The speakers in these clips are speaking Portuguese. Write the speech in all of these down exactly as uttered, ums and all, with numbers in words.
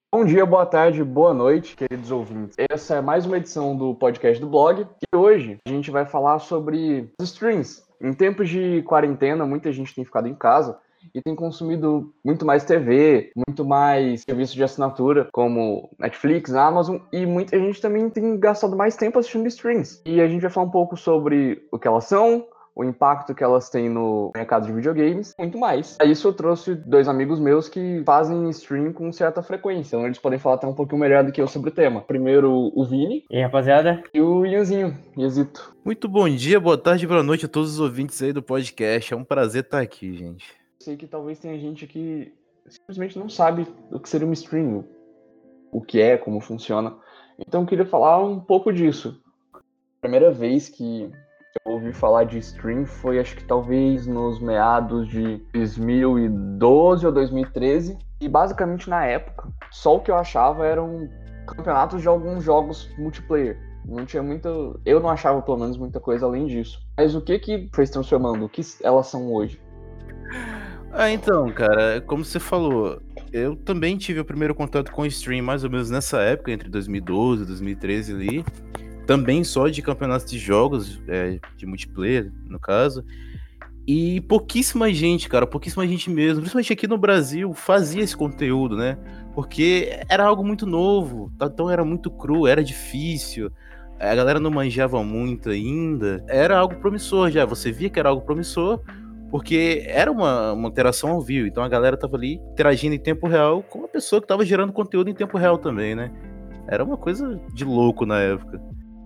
Bom dia, boa tarde, boa noite, queridos ouvintes. Essa é mais uma edição do podcast do blog e hoje a gente vai falar sobre os streams. Em tempos de quarentena, muita gente tem ficado em casa e tem consumido muito mais T V, muito mais serviços de assinatura, como Netflix, Amazon, e muita gente também tem gastado mais tempo assistindo streams. E a gente vai falar um pouco sobre o que elas são, o impacto que elas têm no mercado de videogames, muito mais. A isso eu trouxe dois amigos meus que fazem stream com certa frequência, então eles podem falar até um pouquinho melhor do que eu sobre o tema. Primeiro, o Vini. E aí, rapaziada? E o Ianzinho, Iazito. Muito bom dia, boa tarde, boa noite a todos os ouvintes aí do podcast. É um prazer estar aqui, gente. Sei que talvez tenha gente que simplesmente não sabe o que seria uma stream, o que é, como funciona. Então eu queria falar um pouco disso. A primeira vez que eu ouvi falar de stream foi, acho que talvez nos meados de dois mil e doze ou dois mil e treze. E basicamente na época, só o que eu achava eram campeonatos de alguns jogos multiplayer. Não tinha muito. Eu não achava, pelo menos, muita coisa além disso. Mas o que que foi se transformando? O que elas são hoje? Ah, então, cara, como você falou, eu também tive o primeiro contato com o stream mais ou menos nessa época, entre dois mil e doze e dois mil e treze ali. Também só de campeonatos de jogos, é, de multiplayer, no caso. E pouquíssima gente, cara, pouquíssima gente mesmo, principalmente aqui no Brasil, fazia esse conteúdo, né? Porque era algo muito novo, então era muito cru, era difícil, a galera não manjava muito ainda, era algo promissor já, você via que era algo promissor, porque era uma, uma interação ao vivo, então a galera tava ali interagindo em tempo real com uma pessoa que tava gerando conteúdo em tempo real também, né? Era uma coisa de louco na época.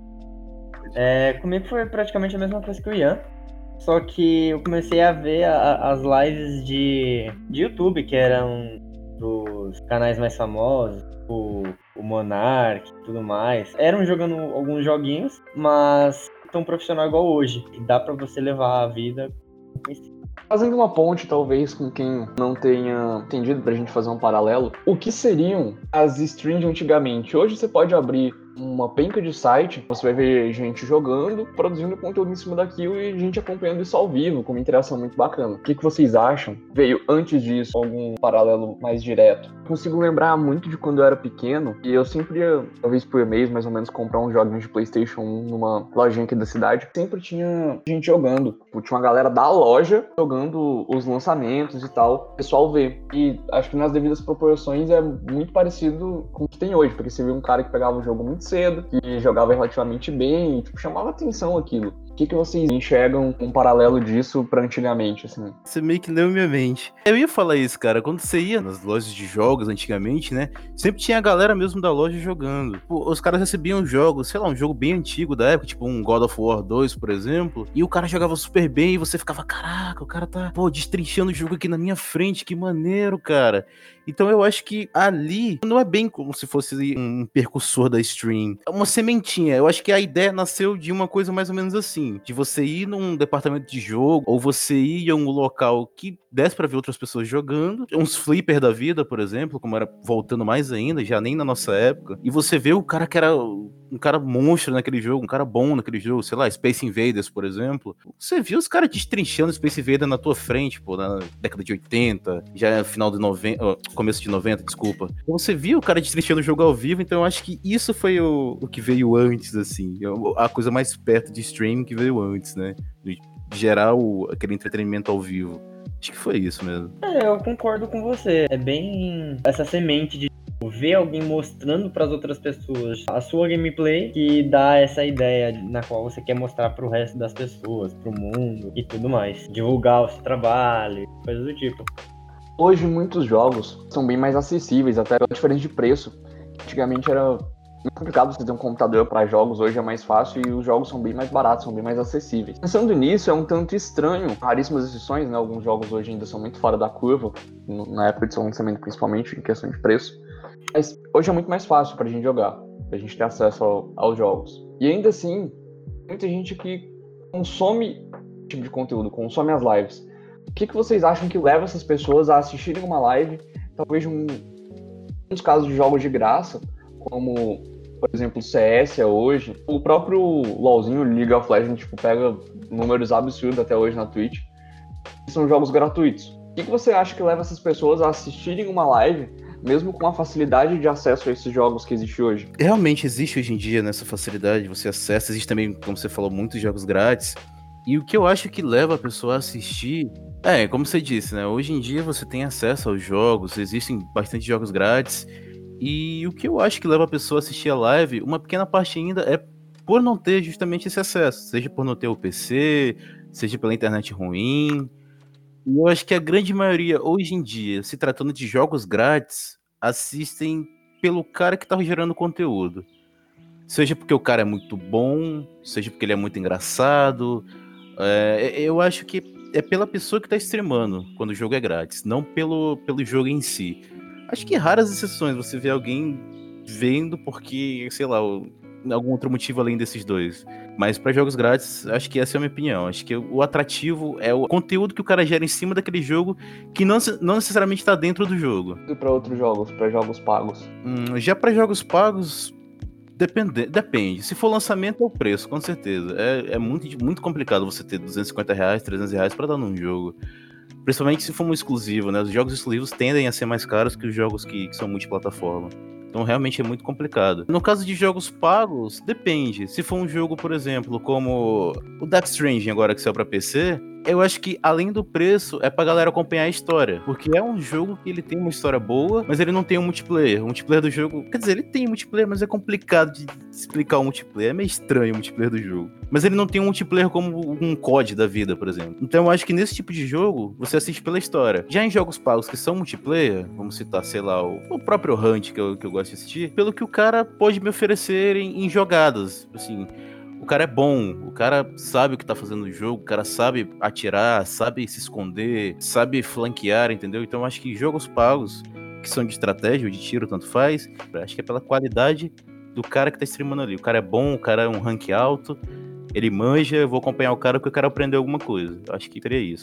É, comigo foi praticamente a mesma coisa que o Ian, só que eu comecei a ver a, as lives de, de YouTube, que eram dos canais mais famosos, o, o Monark e tudo mais. Eram jogando alguns joguinhos, mas tão profissional igual hoje, que dá pra você levar a vida. Fazendo uma ponte, talvez, com quem não tenha entendido, pra gente fazer um paralelo, o que seriam as streams de antigamente? Hoje você pode abrir uma penca de site, você vai ver gente jogando, produzindo conteúdo em cima daquilo e gente acompanhando isso ao vivo, com uma interação muito bacana. O que, que vocês acham? Veio antes disso algum paralelo mais direto? Consigo lembrar muito de quando eu era pequeno e eu sempre ia, talvez por mês, mais ou menos, comprar uns joguinhos de PlayStation um numa lojinha aqui da cidade. Sempre tinha gente jogando. Tinha uma galera da loja jogando os lançamentos e tal. O pessoal vê. E acho que nas devidas proporções é muito parecido com o que tem hoje, porque você vê um cara que pegava o jogo muito cedo, que jogava relativamente bem, e, tipo, chamava atenção aquilo. O que, que vocês enxergam um paralelo disso pra antigamente, assim? Você meio que leu minha mente. Eu ia falar isso, cara, quando você ia nas lojas de jogos antigamente, né, sempre tinha a galera mesmo da loja jogando. Pô, os caras recebiam jogos, sei lá, um jogo bem antigo da época, tipo um God of War dois, por exemplo, e o cara jogava super bem e você ficava, caraca, o cara tá, pô, destrinchando o jogo aqui na minha frente, que maneiro, cara. Então eu acho que ali não é bem como se fosse um percussor da stream. É uma sementinha. Eu acho que a ideia nasceu de uma coisa mais ou menos assim. De você ir num departamento de jogo, ou você ir a um local que desse pra ver outras pessoas jogando. Uns flipper da vida, por exemplo, como era voltando mais ainda, já nem na nossa época. E você vê o cara que era um cara monstro naquele jogo, um cara bom naquele jogo, sei lá, Space Invaders, por exemplo. Você viu os caras destrinchando Space Invaders na tua frente, pô, na década de oitenta, já final de noventa, começo de noventa, desculpa. Então você viu o cara destrinchando o jogo ao vivo, então eu acho que isso foi o, o que veio antes, assim, a coisa mais perto de streaming que veio antes, né, de gerar o, aquele entretenimento ao vivo. Acho que foi isso mesmo. É, eu concordo com você. É bem essa semente de ver alguém mostrando para as outras pessoas a sua gameplay que dá essa ideia na qual você quer mostrar para o resto das pessoas, para o mundo e tudo mais. Divulgar o seu trabalho, coisas do tipo. Hoje muitos jogos são bem mais acessíveis, até pela diferença de preço. Antigamente era muito complicado você ter um computador para jogos, hoje é mais fácil e os jogos são bem mais baratos, são bem mais acessíveis. Pensando nisso, é um tanto estranho, raríssimas exceções, né? Alguns jogos hoje ainda são muito fora da curva, na época de seu lançamento principalmente, em questão de preço. Mas hoje é muito mais fácil pra gente jogar, pra gente ter acesso ao, aos jogos. E ainda assim, muita gente que consome esse tipo de conteúdo, consome as lives. O que, que vocês acham que leva essas pessoas a assistirem uma live, talvez um, uns casos de jogos de graça, como, por exemplo, o C S é hoje, o próprio LoLzinho, League of Legends, tipo, pega números absurdos até hoje na Twitch, que são jogos gratuitos. O que, que você acha que leva essas pessoas a assistirem uma live mesmo com a facilidade de acesso a esses jogos que existe hoje? Realmente existe hoje em dia nessa facilidade, você acessa, existe também, como você falou, muitos jogos grátis. E o que eu acho que leva a pessoa a assistir, é, como você disse, né? Hoje em dia você tem acesso aos jogos, existem bastante jogos grátis. E o que eu acho que leva a pessoa a assistir a live, uma pequena parte ainda é por não ter justamente esse acesso, seja por não ter o P C, seja pela internet ruim. E eu acho que a grande maioria, hoje em dia, se tratando de jogos grátis, assistem pelo cara que tá gerando conteúdo. Seja porque o cara é muito bom, seja porque ele é muito engraçado. É, eu acho que é pela pessoa que tá streamando quando o jogo é grátis, não pelo, pelo jogo em si. Acho que raras exceções você vê alguém vendo porque, sei lá, algum outro motivo além desses dois. Mas para jogos grátis, acho que essa é a minha opinião. Acho que o atrativo é o conteúdo que o cara gera em cima daquele jogo que não, não necessariamente está dentro do jogo. E para outros jogos, para jogos pagos? Hum, já para jogos pagos, depende, depende. Se for lançamento, é o preço, com certeza. É, é muito, muito complicado você ter duzentos e cinquenta reais, trezentos reais para dar num jogo. Principalmente se for um exclusivo, né? Os jogos exclusivos tendem a ser mais caros que os jogos que, que são multiplataforma. Então realmente é muito complicado. No caso de jogos pagos, depende. Se for um jogo, por exemplo, como o Death Stranding agora que saiu pra P C, eu acho que além do preço, é pra galera acompanhar a história. Porque é um jogo que ele tem uma história boa, mas ele não tem um multiplayer. O multiplayer do jogo... Quer dizer, ele tem multiplayer, mas é complicado de explicar o multiplayer. É meio estranho o multiplayer do jogo. Mas ele não tem um multiplayer como um C O D da vida, por exemplo. Então eu acho que nesse tipo de jogo, você assiste pela história. Já em jogos pagos que são multiplayer, vamos citar, sei lá, o, o próprio Hunt, que eu, que eu gosto de assistir, pelo que o cara pode me oferecer em, em jogadas, assim... O cara é bom, o cara sabe o que tá fazendo no jogo, o cara sabe atirar, sabe se esconder, sabe flanquear, entendeu? Então eu acho que jogos pagos, que são de estratégia ou de tiro, tanto faz, acho que é pela qualidade do cara que tá streamando ali. O cara é bom, o cara é um rank alto, ele manja, eu vou acompanhar o cara porque eu quero aprender alguma coisa. Eu acho que seria isso.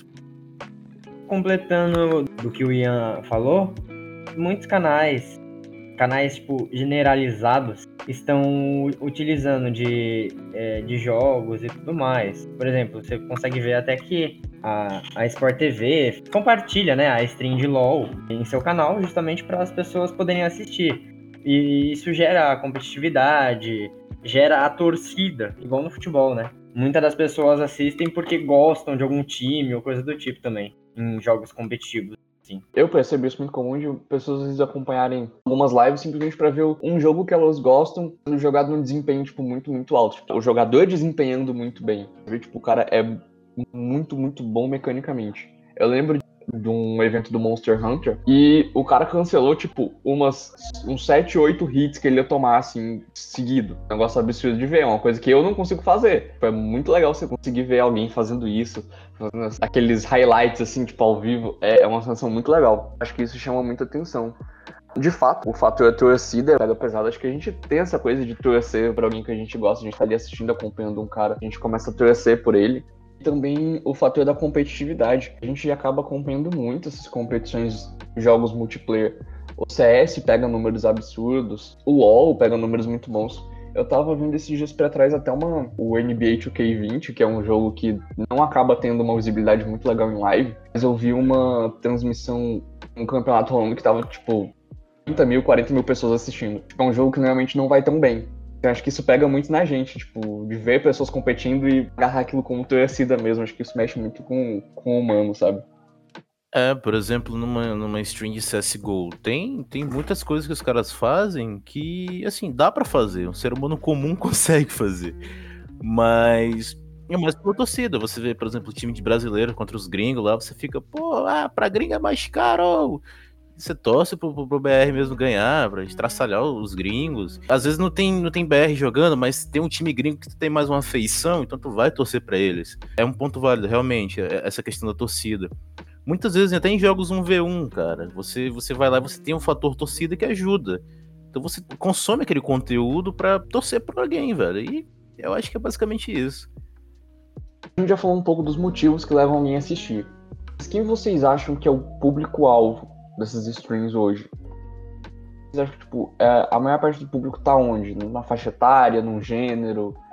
Completando do que o Ian falou, muitos canais, canais tipo generalizados, estão utilizando de, é, de jogos e tudo mais. Por exemplo, você consegue ver até que a, a Sport T V compartilha, né, a stream de LoL em seu canal justamente para as pessoas poderem assistir. E isso gera competitividade, gera a torcida, igual no futebol, né? Muitas das pessoas assistem porque gostam de algum time ou coisa do tipo também, em jogos competitivos. Sim. Eu percebo isso muito comum de pessoas às vezes acompanharem algumas lives simplesmente para ver um jogo que elas gostam sendo jogado num desempenho tipo, muito, muito alto. Tipo, o jogador desempenhando muito bem. Tipo, o cara é muito, muito bom mecanicamente. Eu lembro de um evento do Monster Hunter e o cara cancelou, tipo, umas, uns sete, oito hits que ele ia tomar, assim, seguido. Um negócio absurdo de ver, é uma coisa que eu não consigo fazer. É muito legal você conseguir ver alguém fazendo isso, fazendo aqueles highlights, assim, tipo, ao vivo. É uma sensação muito legal. Acho que isso chama muita atenção. De fato, o fator torcida é pesado. Acho que a gente tem essa coisa de torcer pra alguém que a gente gosta. A gente tá ali assistindo, acompanhando um cara, a gente começa a torcer por ele. E também o fator da competitividade. A gente acaba acompanhando muito essas competições de jogos multiplayer. O C S pega números absurdos, o LoL pega números muito bons. Eu tava vendo esses dias pra trás até uma, o N B A dois K vinte, que é um jogo que não acaba tendo uma visibilidade muito legal em live, mas eu vi uma transmissão, um campeonato rolando que tava, tipo, trinta mil, quarenta mil pessoas assistindo. É um jogo que normalmente não vai tão bem. Eu acho que isso pega muito na gente, tipo, de ver pessoas competindo e agarrar aquilo como torcida mesmo. Acho que isso mexe muito com, com o humano, sabe? É, por exemplo, numa, numa stream de C S G O, tem, tem muitas coisas que os caras fazem que, assim, dá pra fazer. Um ser humano comum consegue fazer. Mas é mais pela torcida. Você vê, por exemplo, o time de brasileiro contra os gringos lá, você fica, pô, ah, pra gringo é mais caro. Você torce pro, pro, pro B R mesmo ganhar, pra estraçalhar os gringos. Às vezes não tem, não tem B R jogando, mas tem um time gringo que tem mais uma afeição, então tu vai torcer pra eles. É um ponto válido, realmente, essa questão da torcida. Muitas vezes até em jogos um contra um, cara, você, você vai lá e você tem um fator torcida que ajuda. Então você consome aquele conteúdo pra torcer pra alguém, velho. E eu acho que é basicamente isso. A gente já falou um pouco dos motivos que levam alguém a assistir. Mas quem vocês acham que é o público-alvo dessas streams hoje? Vocês acham que, tipo, é, a maior parte do público tá onde? Na faixa etária, num gênero?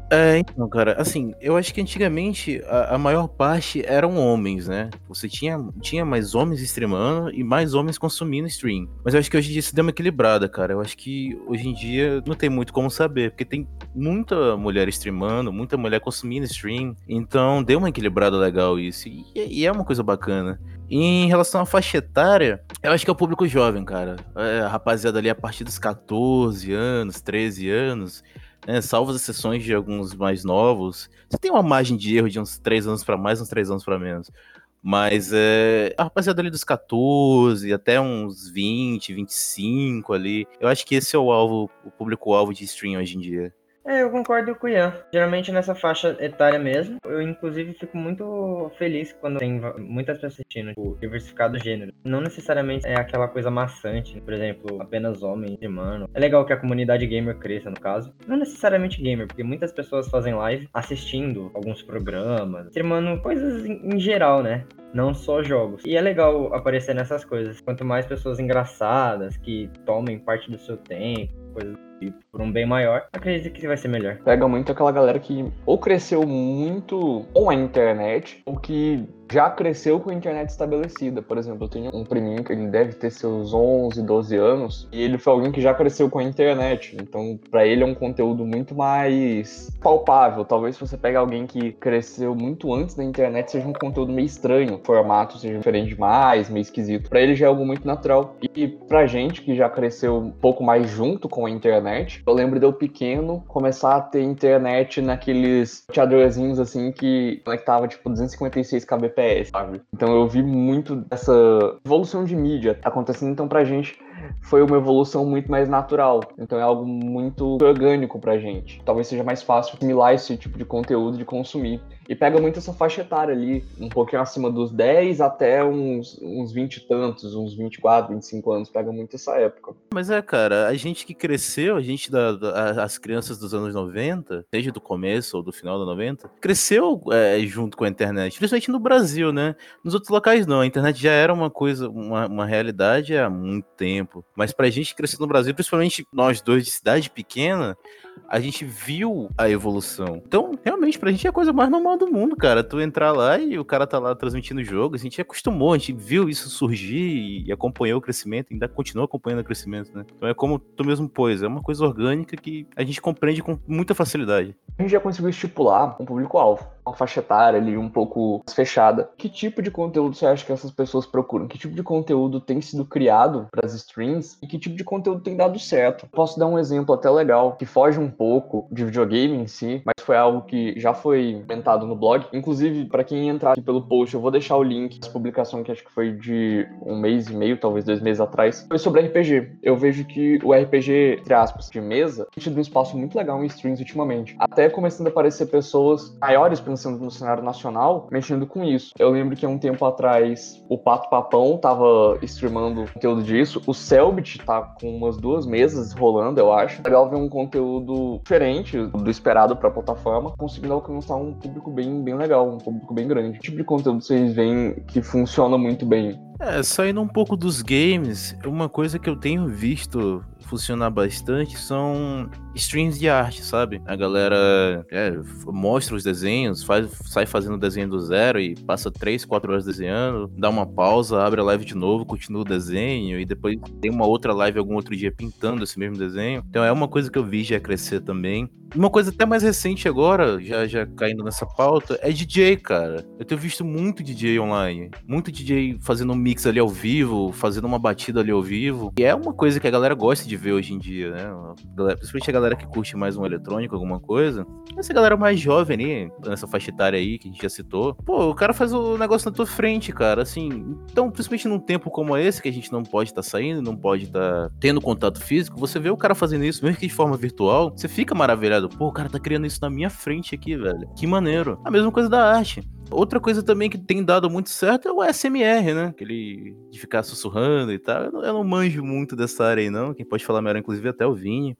É, então, cara, assim, eu acho que antigamente a, a maior parte eram homens, né? Você tinha, tinha mais homens streamando e mais homens consumindo stream. Mas eu acho que hoje em dia isso deu uma equilibrada, cara. Eu acho que hoje em dia não tem muito como saber, porque tem muita mulher streamando, muita mulher consumindo stream. Então deu uma equilibrada legal isso. E, e é uma coisa bacana. E em relação à faixa etária, eu acho que é o público jovem, cara. É, a rapaziada ali a partir dos catorze anos, treze anos. É, salvo as exceções de alguns mais novos, você tem uma margem de erro de uns três anos pra mais, uns três anos pra menos. Mas é, a rapaziada ali dos catorze até uns vinte, vinte e cinco ali, eu acho que esse é o alvo, o público-alvo de stream hoje em dia. É, eu concordo com o Ian. Geralmente nessa faixa etária mesmo. Eu, inclusive, fico muito feliz quando tem muitas pessoas assistindo, tipo, diversificado gênero. Não necessariamente é aquela coisa maçante, por exemplo, apenas homens streamando. É legal que a comunidade gamer cresça, no caso. Não necessariamente gamer, porque muitas pessoas fazem live assistindo alguns programas, streamando coisas em, em geral, né? Não só jogos. E é legal aparecer nessas coisas. Quanto mais pessoas engraçadas que tomem parte do seu tempo, coisas e por um bem maior, acredito que vai ser melhor. Pega muito aquela galera que ou cresceu muito com a internet, ou que já cresceu com a internet estabelecida. Por exemplo, eu tenho um priminho que ele deve ter seus onze, doze anos, e ele foi alguém que já cresceu com a internet. Então, pra ele é um conteúdo muito mais palpável. Talvez se você pega alguém que cresceu muito antes da internet, seja um conteúdo meio estranho, o formato seja diferente demais, meio esquisito. Pra ele já é algo muito natural. E pra gente que já cresceu um pouco mais junto com a internet, eu lembro de eu pequeno começar a ter internet naqueles chadeirzinhos assim que conectava tipo duzentos e cinquenta e seis kbps, sabe? Então eu vi muito dessa evolução de mídia acontecendo, então pra gente foi uma evolução muito mais natural. Então é algo muito orgânico pra gente. Talvez seja mais fácil assimilar esse tipo de conteúdo, de consumir. E pega muito essa faixa etária ali, um pouquinho acima dos dez até uns, uns vinte e tantos, uns vinte e quatro, vinte e cinco anos. Pega muito essa época. Mas é, cara, a gente que cresceu, a gente, da, da, as crianças dos anos noventa, seja do começo ou do final da noventa, cresceu é, junto com a internet, principalmente no Brasil, né? Nos outros locais não, a internet já era uma coisa, uma, uma realidade há muito tempo. Mas pra gente crescer no Brasil, principalmente nós dois de cidade pequena, a gente viu a evolução. Então, realmente, pra gente é a coisa mais normal do mundo, cara. Tu entrar lá e o cara tá lá transmitindo o jogo, a gente acostumou, a gente viu isso surgir e acompanhou o crescimento, ainda continua acompanhando o crescimento, né? Então é como tu mesmo pôs, é uma coisa orgânica que a gente compreende com muita facilidade. A gente já conseguiu estipular um público-alvo, uma faixa etária ali um pouco fechada. Que tipo de conteúdo você acha que essas pessoas procuram? Que tipo de conteúdo tem sido criado para as streams e que tipo de conteúdo tem dado certo? Posso dar um exemplo até legal, que foge um pouco de videogame em si, mas foi algo que já foi comentado no blog. Inclusive, para quem entrar aqui pelo post, eu vou deixar o link dessa publicação que acho que foi de um mês e meio, talvez dois meses atrás. Foi sobre R P G. Eu vejo que o R P G, entre aspas, de mesa, tem tido um espaço muito legal em streams ultimamente. Até começando a aparecer pessoas maiores, pensando no cenário nacional, mexendo com isso. Eu lembro que há um tempo atrás o Pato Papão tava streamando conteúdo disso. O Selbit tá com umas duas mesas rolando, eu acho. Legal ver um conteúdo diferente do esperado pra plataforma, conseguindo alcançar um público bem, bem legal, um público bem grande. Que tipo de conteúdo vocês veem que funciona muito bem? É, saindo um pouco dos games, uma coisa que eu tenho visto funcionar bastante são streams de arte, sabe? A galera é, mostra os desenhos, faz, sai fazendo o desenho do zero e passa três, quatro horas desenhando, dá uma pausa, abre a live de novo, continua o desenho e depois tem uma outra live algum outro dia pintando esse mesmo desenho. Então é uma coisa que eu vi já crescer também. Uma coisa até mais recente agora, já, já caindo nessa pauta, é D J, cara. Eu tenho visto muito D J online, muito D J fazendo um mix ali ao vivo, fazendo uma batida ali ao vivo. E é uma coisa que a galera gosta de ver hoje em dia, né? A galera, principalmente a galera que curte mais um eletrônico, alguma coisa. Essa galera mais jovem ali, nessa faixa etária aí, que a gente já citou. Pô, o cara faz o negócio na tua frente, cara, assim. Então, principalmente num tempo como esse, que a gente não pode estar tá saindo, não pode estar tá tendo contato físico, você vê o cara fazendo isso, mesmo que de forma virtual, você fica maravilhado. Pô, o cara tá criando isso na minha frente aqui, velho. Que maneiro. A mesma coisa da arte. Outra coisa também que tem dado muito certo é o A S M R, né? Aquele de ficar sussurrando e tal. Eu não, eu não manjo muito dessa área aí, não. Quem pode falar melhor, inclusive, é até o Vini.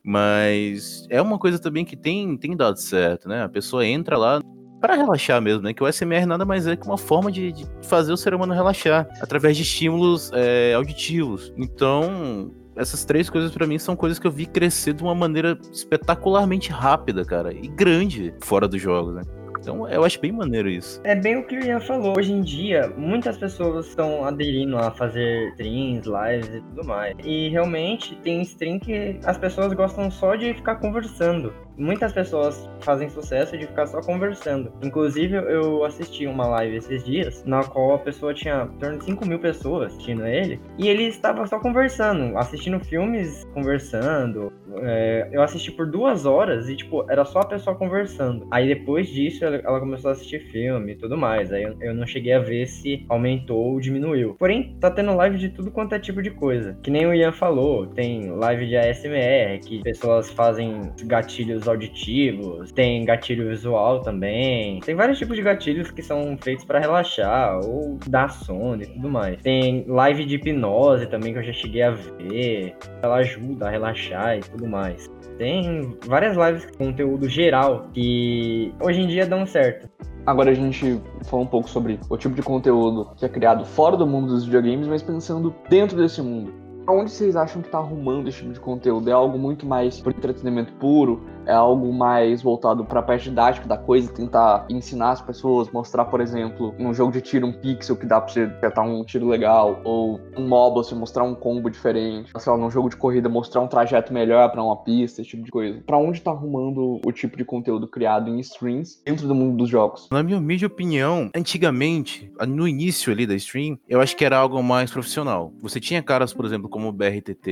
Mas é uma coisa também que tem, tem dado certo, né? A pessoa entra lá para relaxar mesmo, né? Que o A S M R nada mais é que uma forma de, de fazer o ser humano relaxar através de estímulos é, auditivos. Então, essas três coisas pra mim são coisas que eu vi crescer de uma maneira espetacularmente rápida, cara, e grande fora dos jogos, né? Então eu acho bem maneiro isso. É bem o que o Ian falou. Hoje em dia, muitas pessoas estão aderindo a fazer streams, lives e tudo mais. E realmente tem stream que as pessoas gostam só de ficar conversando. Muitas pessoas fazem sucesso de ficar só conversando. Inclusive, eu assisti uma live esses dias, na qual a pessoa tinha em torno de cinco mil pessoas assistindo ele, e ele estava só conversando, assistindo filmes, conversando. É, eu assisti por duas horas e, tipo, era só a pessoa conversando. Aí, depois disso, ela, ela começou a assistir filme e tudo mais. Aí, eu, eu não cheguei a ver se aumentou ou diminuiu. Porém, tá tendo live de tudo quanto é tipo de coisa. Que nem o Ian falou, tem live de A S M R, que pessoas fazem gatilhos auditivos, tem gatilho visual também, tem vários tipos de gatilhos que são feitos pra relaxar ou dar sono e tudo mais. Tem live de hipnose também que eu já cheguei a ver, ela ajuda a relaxar e tudo mais. Tem várias lives com conteúdo geral que hoje em dia dão certo. Agora a gente falou um pouco sobre o tipo de conteúdo que é criado fora do mundo dos videogames, mas pensando dentro desse mundo. Onde vocês acham que tá arrumando esse tipo de conteúdo? É algo muito mais por entretenimento puro? É algo mais voltado pra parte didática da coisa, tentar ensinar as pessoas, mostrar, por exemplo, num jogo de tiro um pixel que dá pra você apertar um tiro legal, ou um MOBA, você mostrar um combo diferente, sei lá, num jogo de corrida mostrar um trajeto melhor pra uma pista, esse tipo de coisa. Pra onde tá arrumando o tipo de conteúdo criado em streams dentro do mundo dos jogos? Na minha humilde opinião, antigamente, no início ali da stream, eu acho que era algo mais profissional. Você tinha caras, por exemplo, como o B R T T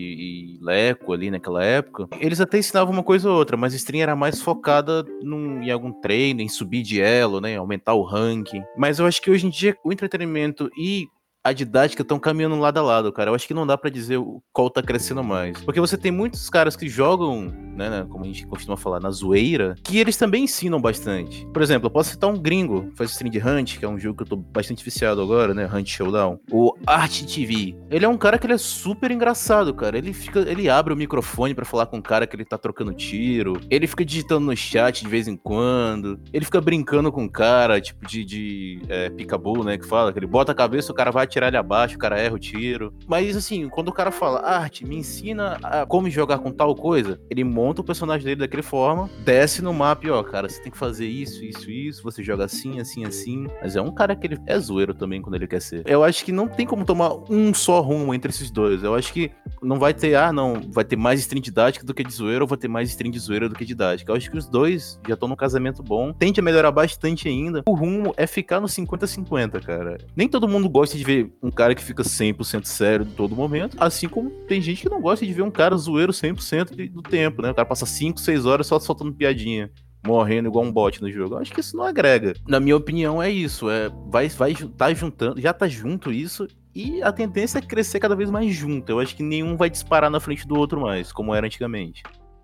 e, e Leco ali naquela época, eles até ensinavam uma coisa ou outra, mas a stream era mais focada num, em algum treino, em subir de elo, né, aumentar o ranking. Mas eu acho que hoje em dia o entretenimento e a didática estão caminhando lado a lado, cara. Eu acho que não dá pra dizer qual tá crescendo mais. Porque você tem muitos caras que jogam, né, como a gente costuma falar, na zoeira, que eles também ensinam bastante. Por exemplo, eu posso citar um gringo, faz stream de Hunt, que é um jogo que eu tô bastante viciado agora, né, Hunt Showdown. O Art T V. Ele é um cara que ele é super engraçado, cara. Ele fica, ele abre o microfone pra falar com o cara que ele tá trocando tiro. Ele fica digitando no chat de vez em quando. Ele fica brincando com o cara, tipo de, de é, picabu, né, que fala, que ele bota a cabeça, o cara vai atirar ele abaixo, o cara erra o tiro. Mas assim, quando o cara fala, Arte, me ensina a como jogar com tal coisa, ele monta o personagem dele daquela forma, desce no mapa e ó, cara, você tem que fazer isso, isso, isso, você joga assim, assim, assim. Mas é um cara que ele é zoeiro também quando ele quer ser. Eu acho que não tem como tomar um só rumo entre esses dois. Eu acho que não vai ter, ah, não, vai ter mais stream didática do que de zoeira, ou vai ter mais stream de zoeira do que didática. Eu acho que os dois já estão num casamento bom. Tende a melhorar bastante ainda. O rumo é ficar no cinquenta a cinquenta, cara. Nem todo mundo gosta de ver um cara que fica cem por cento sério em todo momento, assim como tem gente que não gosta de ver um cara zoeiro cem por cento do tempo, né? O cara passa cinco, seis horas só soltando piadinha, morrendo igual um bot no jogo. Eu acho que isso não agrega. Na minha opinião, é isso. É, vai, vai tá juntando, já tá junto isso, e a tendência é crescer cada vez mais junto. Eu acho que nenhum vai disparar na frente do outro mais, como era antigamente.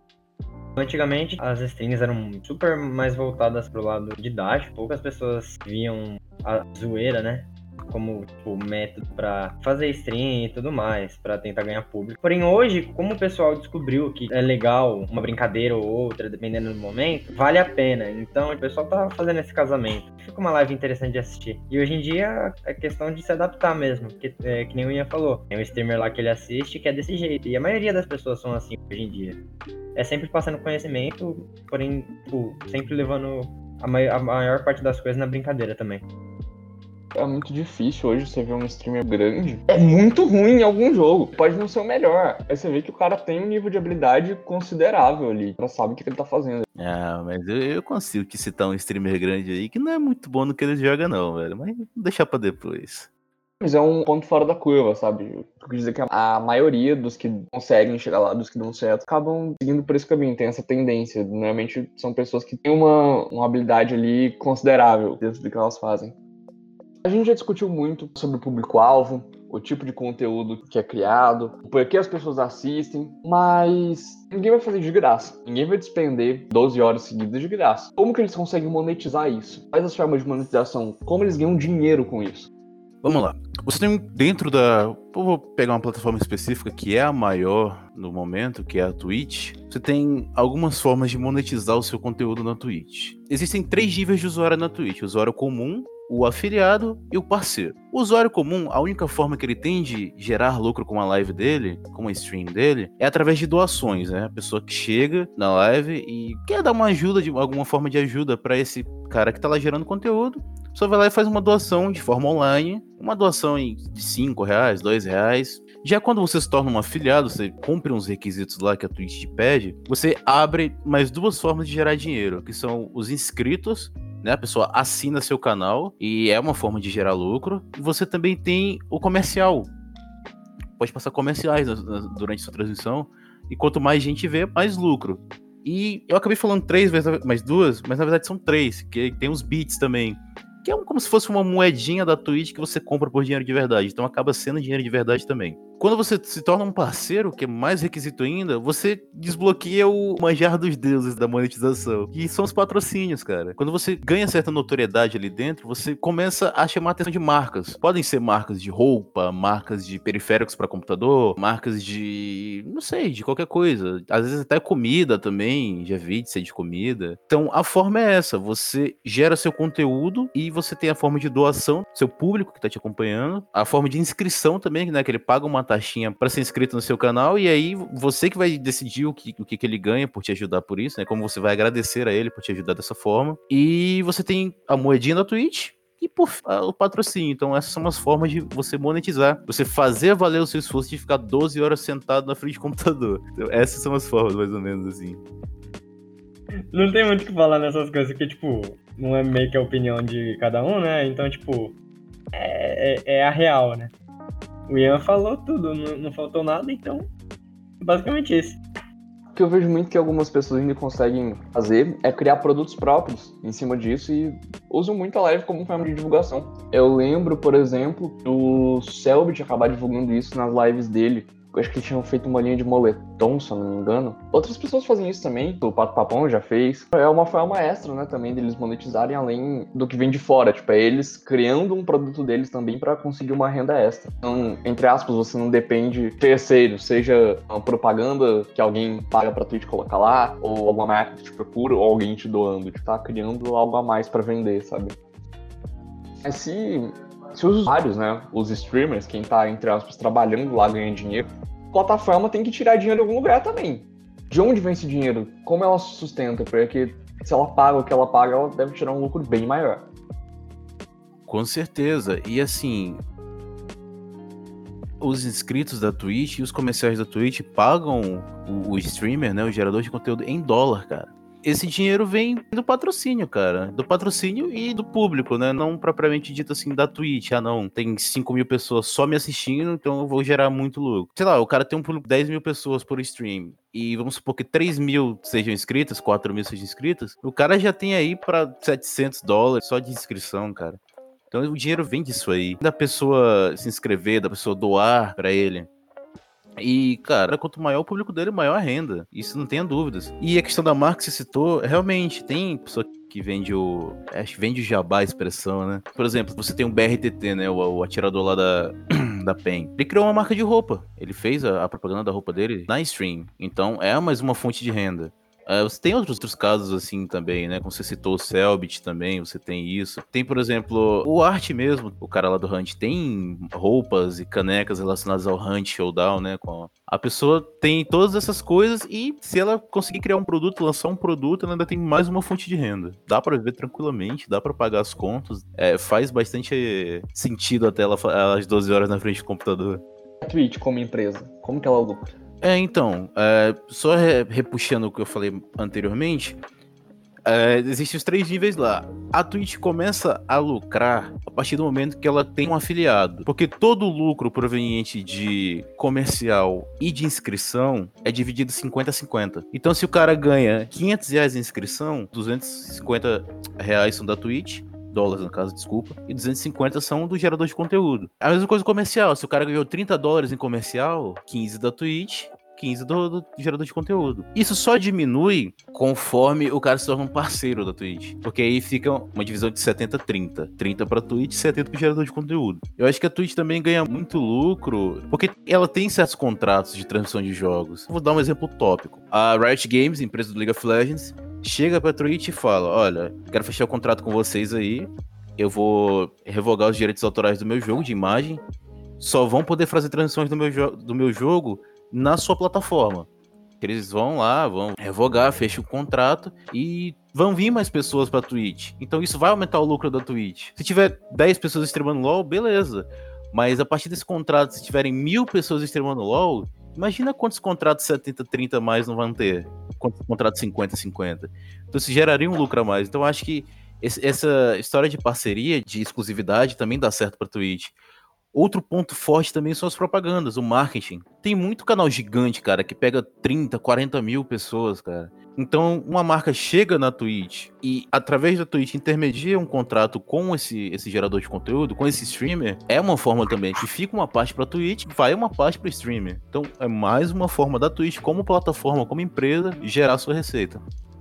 Antigamente, as streams eram super mais voltadas pro lado didático. Poucas pessoas viam a zoeira, né, como tipo, método pra fazer stream e tudo mais, pra tentar ganhar público. Porém, hoje, como o pessoal descobriu que é legal uma brincadeira ou outra, dependendo do momento, vale a pena. Então, o pessoal tá fazendo esse casamento. Fica uma live interessante de assistir. E hoje em dia, é questão de se adaptar mesmo, que, é, que nem o Ian falou. Tem um streamer lá que ele assiste que é desse jeito. E a maioria das pessoas são assim hoje em dia. É sempre passando conhecimento, porém, tipo, sempre levando a, mai- a maior parte das coisas na brincadeira também. É muito difícil hoje você ver um streamer grande. É muito ruim em algum jogo. Pode não ser o melhor. Aí você vê que o cara tem um nível de habilidade considerável ali. O cara sabe o que ele tá fazendo. Ah, mas eu, eu consigo que citar um streamer grande aí que não é muito bom no que ele joga não, velho. Mas vou deixar pra depois. Mas é um ponto fora da curva, sabe? Eu quero dizer que a maioria dos que conseguem chegar lá, dos que dão certo, acabam seguindo por esse caminho, tem essa tendência. Normalmente são pessoas que têm uma, uma habilidade ali considerável dentro do que elas fazem. A gente já discutiu muito sobre o público-alvo, o tipo de conteúdo que é criado, por que as pessoas assistem, mas ninguém vai fazer de graça. Ninguém vai despender doze horas seguidas de graça. Como que eles conseguem monetizar isso? Quais as formas de monetização? Como eles ganham dinheiro com isso? Vamos lá. Você tem dentro da... Eu vou pegar uma plataforma específica que é a maior no momento, que é a Twitch. Você tem algumas formas de monetizar o seu conteúdo na Twitch. Existem três níveis de usuário na Twitch. O usuário comum, o afiliado e o parceiro. O usuário comum, a única forma que ele tem de gerar lucro com a live dele, com a stream dele, é através de doações, né? A pessoa que chega na live e quer dar uma ajuda, de alguma forma de ajuda para esse cara que tá lá gerando conteúdo, só vai lá e faz uma doação de forma online, uma doação de cinco reais, dois reais. Já quando você se torna um afiliado, você cumpre uns requisitos lá que a Twitch te pede, você abre mais duas formas de gerar dinheiro, que são os inscritos, né? A pessoa assina seu canal e é uma forma de gerar lucro. E você também tem o comercial. Pode passar comerciais durante sua transmissão. E quanto mais gente vê, mais lucro. E eu acabei falando três, mais duas, mas na verdade são três, que tem os bits também. Que é como se fosse uma moedinha da Twitch que você compra por dinheiro de verdade. Então acaba sendo dinheiro de verdade também. Quando você se torna um parceiro, que é mais requisito ainda, você desbloqueia o manjar dos deuses da monetização. Que são os patrocínios, cara. Quando você ganha certa notoriedade ali dentro, você começa a chamar a atenção de marcas. Podem ser marcas de roupa, marcas de periféricos para computador, marcas de... não sei, de qualquer coisa. Às vezes até comida também, já vi de ser de comida. Então a forma é essa, você gera seu conteúdo e você tem a forma de doação, seu público que tá te acompanhando, a forma de inscrição também, né, que ele paga uma taxinha para ser inscrito no seu canal, e aí você que vai decidir o que, o que, que ele ganha por te ajudar por isso, né, como você vai agradecer a ele por te ajudar dessa forma. E você tem a moedinha da Twitch e por o patrocínio. Então essas são as formas de você monetizar, você fazer valer o seu esforço de ficar doze horas sentado na frente do computador. Então, essas são as formas, mais ou menos, assim. Não tem muito o que falar nessas coisas, porque, tipo, não é meio que a opinião de cada um, né? Então, tipo, é, é, é a real, né? O Ian falou tudo, não, não faltou nada, então, basicamente isso. O que eu vejo muito que algumas pessoas ainda conseguem fazer é criar produtos próprios em cima disso e usam muito a live como forma de divulgação. Eu lembro, por exemplo, do Selbit acabar divulgando isso nas lives dele. Eu acho que eles tinham feito uma linha de moletom, se eu não me engano. Outras pessoas fazem isso também, o Pato Papão já fez. É uma forma extra, né, também, deles monetizarem além do que vem de fora. Tipo, é eles criando um produto deles também pra conseguir uma renda extra. Então, entre aspas, você não depende de terceiros, seja uma propaganda que alguém paga pra Twitch colocar lá, ou alguma marca que te procura, ou alguém te doando. Tipo, tá criando algo a mais pra vender, sabe? Mas se... Se os usuários, né, os streamers, quem tá, entre aspas, trabalhando lá, ganhando dinheiro, a plataforma tem que tirar dinheiro de algum lugar também. De onde vem esse dinheiro? Como ela se sustenta? Porque se ela paga o que ela paga, ela deve tirar um lucro bem maior. Com certeza. E assim, os inscritos da Twitch e os comerciais da Twitch pagam o, o streamer, né, o gerador de conteúdo em dólar, cara. Esse dinheiro vem do patrocínio, cara. Do patrocínio e do público, né? Não propriamente dito assim da Twitch. Ah, não, tem cinco mil pessoas só me assistindo, então eu vou gerar muito lucro. Sei lá, o cara tem um público de dez mil pessoas por stream. E vamos supor que três mil sejam inscritas, quatro mil sejam inscritas. O cara já tem aí pra setecentos dólares só de inscrição, cara. Então o dinheiro vem disso aí. Da pessoa se inscrever, da pessoa doar pra ele. E, cara, quanto maior o público dele, maior a renda. Isso não tenha dúvidas. E a questão da marca que você citou, realmente, tem pessoa que vende o... acho que vende o jabá, a expressão, né? Por exemplo, você tem um B R T T, né? O, o atirador lá da, da P E N. Ele criou uma marca de roupa. Ele fez a, a propaganda da roupa dele na stream. Então, é mais uma fonte de renda. Uh, você tem outros, outros casos assim também, né? Como você citou o Selbit também, você tem isso. Tem, por exemplo, o Art mesmo, o cara lá do Hunt, tem roupas e canecas relacionadas ao Hunt Showdown, né? Com... A pessoa tem todas essas coisas e se ela conseguir criar um produto, lançar um produto, ela ainda tem mais uma fonte de renda. Dá pra viver tranquilamente, dá pra pagar as contas. É, faz bastante sentido até ela às doze horas na frente do computador. A Twitch como empresa, como que ela lucra? É, então, é, só re, repuxando o que eu falei anteriormente, é, existem os três níveis lá. A Twitch começa a lucrar a partir do momento que ela tem um afiliado, porque todo o lucro proveniente de comercial e de inscrição é dividido cinquenta a cinquenta. Então se o cara ganha quinhentos reais em inscrição, duzentos e cinquenta reais são da Twitch, dólares no caso, desculpa, e duzentos e cinquenta são do gerador de conteúdo. A mesma coisa comercial, se o cara ganhou trinta dólares em comercial, quinze da Twitch, quinze do, do gerador de conteúdo. Isso só diminui conforme o cara se torna um parceiro da Twitch, porque aí fica uma divisão de setenta a trinta. trinta pra Twitch e setenta pro gerador de conteúdo. Eu acho que a Twitch também ganha muito lucro, porque ela tem certos contratos de transmissão de jogos. Vou dar um exemplo tópico. A Riot Games, empresa do League of Legends, chega pra Twitch e fala, olha, quero fechar o contrato com vocês aí, eu vou revogar os direitos autorais do meu jogo de imagem, só vão poder fazer transições do meu, jo- do meu jogo na sua plataforma. Eles vão lá, vão revogar, fecha o contrato e vão vir mais pessoas pra Twitch. Então isso vai aumentar o lucro da Twitch. Se tiver dez pessoas streamando LoL, beleza. Mas a partir desse contrato, se tiverem mil pessoas streamando LoL, imagina quantos contratos setenta trinta mais não vão ter. Quantos contratos cinquenta cinquenta. Então isso geraria um lucro a mais. Então eu acho que esse, essa história de parceria, de exclusividade, também dá certo pra Twitch. Outro ponto forte também são as propagandas, o marketing. Tem muito canal gigante, cara, que pega trinta, quarenta mil pessoas, cara. Então, uma marca chega na Twitch e, através da Twitch, intermedia um contrato com esse, esse gerador de conteúdo, com esse streamer, é uma forma também que fica uma parte pra Twitch, vai uma parte pro streamer. Então, é mais uma forma da Twitch, como plataforma, como empresa, gerar sua receita.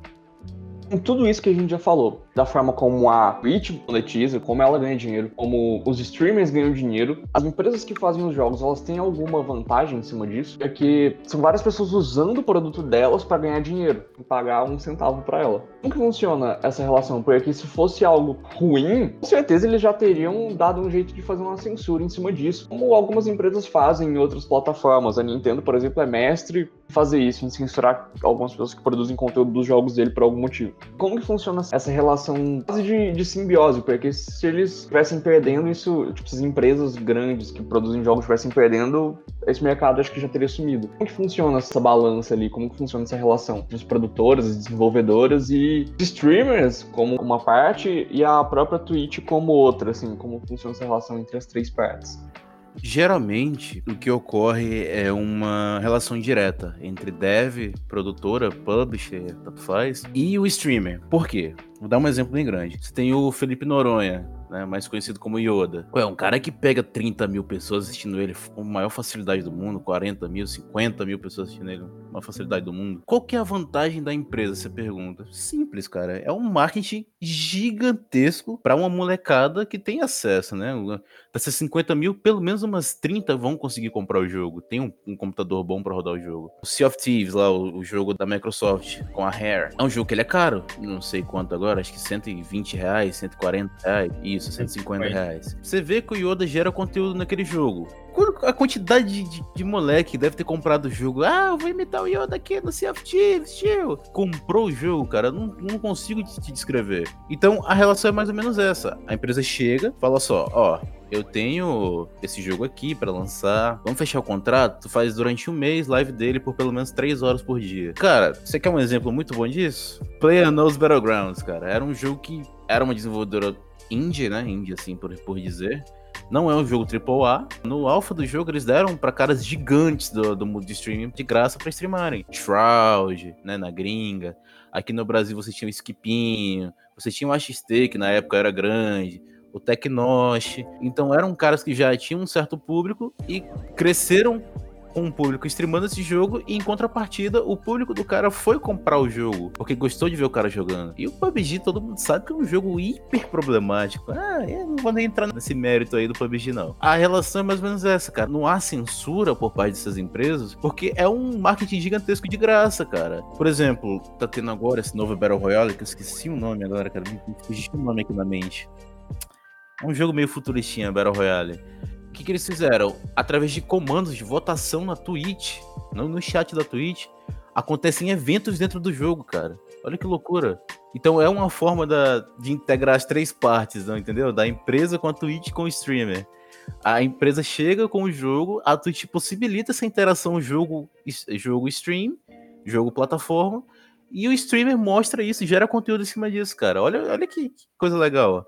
Com tudo isso que a gente já falou, da forma como a Twitch monetiza, como ela ganha dinheiro, como os streamers ganham dinheiro, as empresas que fazem os jogos, elas têm alguma vantagem em cima disso? É que são várias pessoas usando o produto delas para ganhar dinheiro, e pagar um centavo para ela. Como que funciona essa relação? Porque se fosse algo ruim, com certeza eles já teriam dado um jeito de fazer uma censura em cima disso, como algumas empresas fazem em outras plataformas. A Nintendo, por exemplo, é mestre em fazer isso, em censurar algumas pessoas que produzem conteúdo dos jogos dele por algum motivo. Como que funciona essa relação quase de, de simbiose? Porque se eles estivessem perdendo isso, tipo, se as empresas grandes que produzem jogos estivessem perdendo, esse mercado acho que já teria sumido. Como que funciona essa balança ali? Como que funciona essa relação entre as produtoras, as desenvolvedoras e os streamers como uma parte e a própria Twitch como outra, assim? Como funciona essa relação entre as três partes? Geralmente, o que ocorre é uma relação direta entre dev, produtora, publisher, tanto faz, e o streamer. Por quê? Vou dar um exemplo bem grande. Você tem o Felipe Noronha, né, mais conhecido como Yoda. É um cara que pega trinta mil pessoas assistindo ele com a maior facilidade do mundo, quarenta mil, cinquenta mil pessoas assistindo ele com a maior facilidade do mundo. Qual que é a vantagem da empresa, você pergunta? Simples, cara. É um marketing gigantesco para uma molecada que tem acesso, né? Dessas cinquenta mil, pelo menos umas trinta vão conseguir comprar o jogo. Tem um, um computador bom para rodar o jogo. O Sea of Thieves, lá, o, o jogo da Microsoft, com a Rare. É um jogo que ele é caro. Não sei quanto agora, acho que cento e vinte reais, cento e quarenta reais. Isso, cento e cinquenta reais. Você vê que o Yoda gera conteúdo naquele jogo. A quantidade de, de, de moleque que deve ter comprado o jogo. Ah, eu vou imitar o Yoda aqui no Sea of Thieves, tio. Comprou o jogo, cara. Não, não consigo te, te descrever. Então, a relação é mais ou menos essa. A empresa chega, fala só, ó, eu tenho esse jogo aqui pra lançar. Vamos fechar o contrato? Tu faz durante um mês live dele por pelo menos três horas por dia. Cara, você quer um exemplo muito bom disso? PlayerUnknown's Battlegrounds, cara. Era um jogo que era uma desenvolvedora indie, né? Indie, assim, por, por dizer. Não é um jogo triplo A. No alpha do jogo, eles deram pra caras gigantes do, do mundo de streaming de graça pra streamarem. Shroud, né, na gringa. Aqui no Brasil você tinha o Skipinho, você tinha o A X T, que na época era grande, o Tecnosh. Então eram caras que já tinham um certo público e cresceram com o público streamando esse jogo, e em contrapartida o público do cara foi comprar o jogo porque gostou de ver o cara jogando. E o P U B G, todo mundo sabe que é um jogo hiper problemático. Ah, eu não vou nem entrar nesse mérito aí do P U B G, não. A relação é mais ou menos essa, cara. Não há censura por parte dessas empresas, porque é um marketing gigantesco de graça, cara. Por exemplo, tá tendo agora esse novo Battle Royale, que eu esqueci o nome agora, cara. Me fugiu o nome aqui na mente. É um jogo meio futuristinha, Battle Royale. O que, que eles fizeram? Através de comandos de votação na Twitch, no, no chat da Twitch, acontecem eventos dentro do jogo, cara. Olha que loucura. Então é uma forma da, de integrar as três partes, não, entendeu? Da empresa com a Twitch com o streamer. A empresa chega com o jogo, a Twitch possibilita essa interação jogo, jogo stream, jogo plataforma, e o streamer mostra isso e gera conteúdo em cima disso, cara. Olha, olha que, que coisa legal.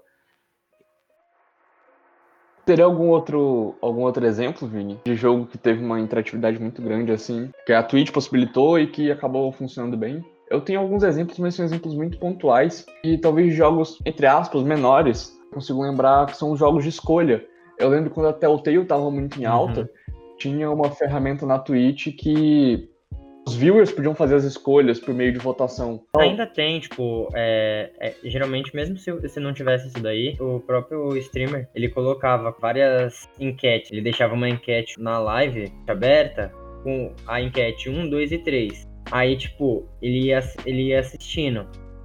Teria algum outro, algum outro exemplo, Vini, de jogo que teve uma interatividade muito grande, assim, que a Twitch possibilitou e que acabou funcionando bem? Eu tenho alguns exemplos, mas são exemplos muito pontuais, e talvez jogos, entre aspas, menores, consigo lembrar que são jogos de escolha. Eu lembro quando a Telltale estava muito em alta, uhum. Tinha uma ferramenta na Twitch que os viewers podiam fazer as escolhas por meio de votação. Ainda tem, tipo, é, é, geralmente, mesmo se, se não tivesse isso daí, o próprio streamer, ele colocava várias enquetes. Ele deixava uma enquete na live aberta com a enquete um, dois e três. Aí, tipo, ele ia, ele ia assistindo.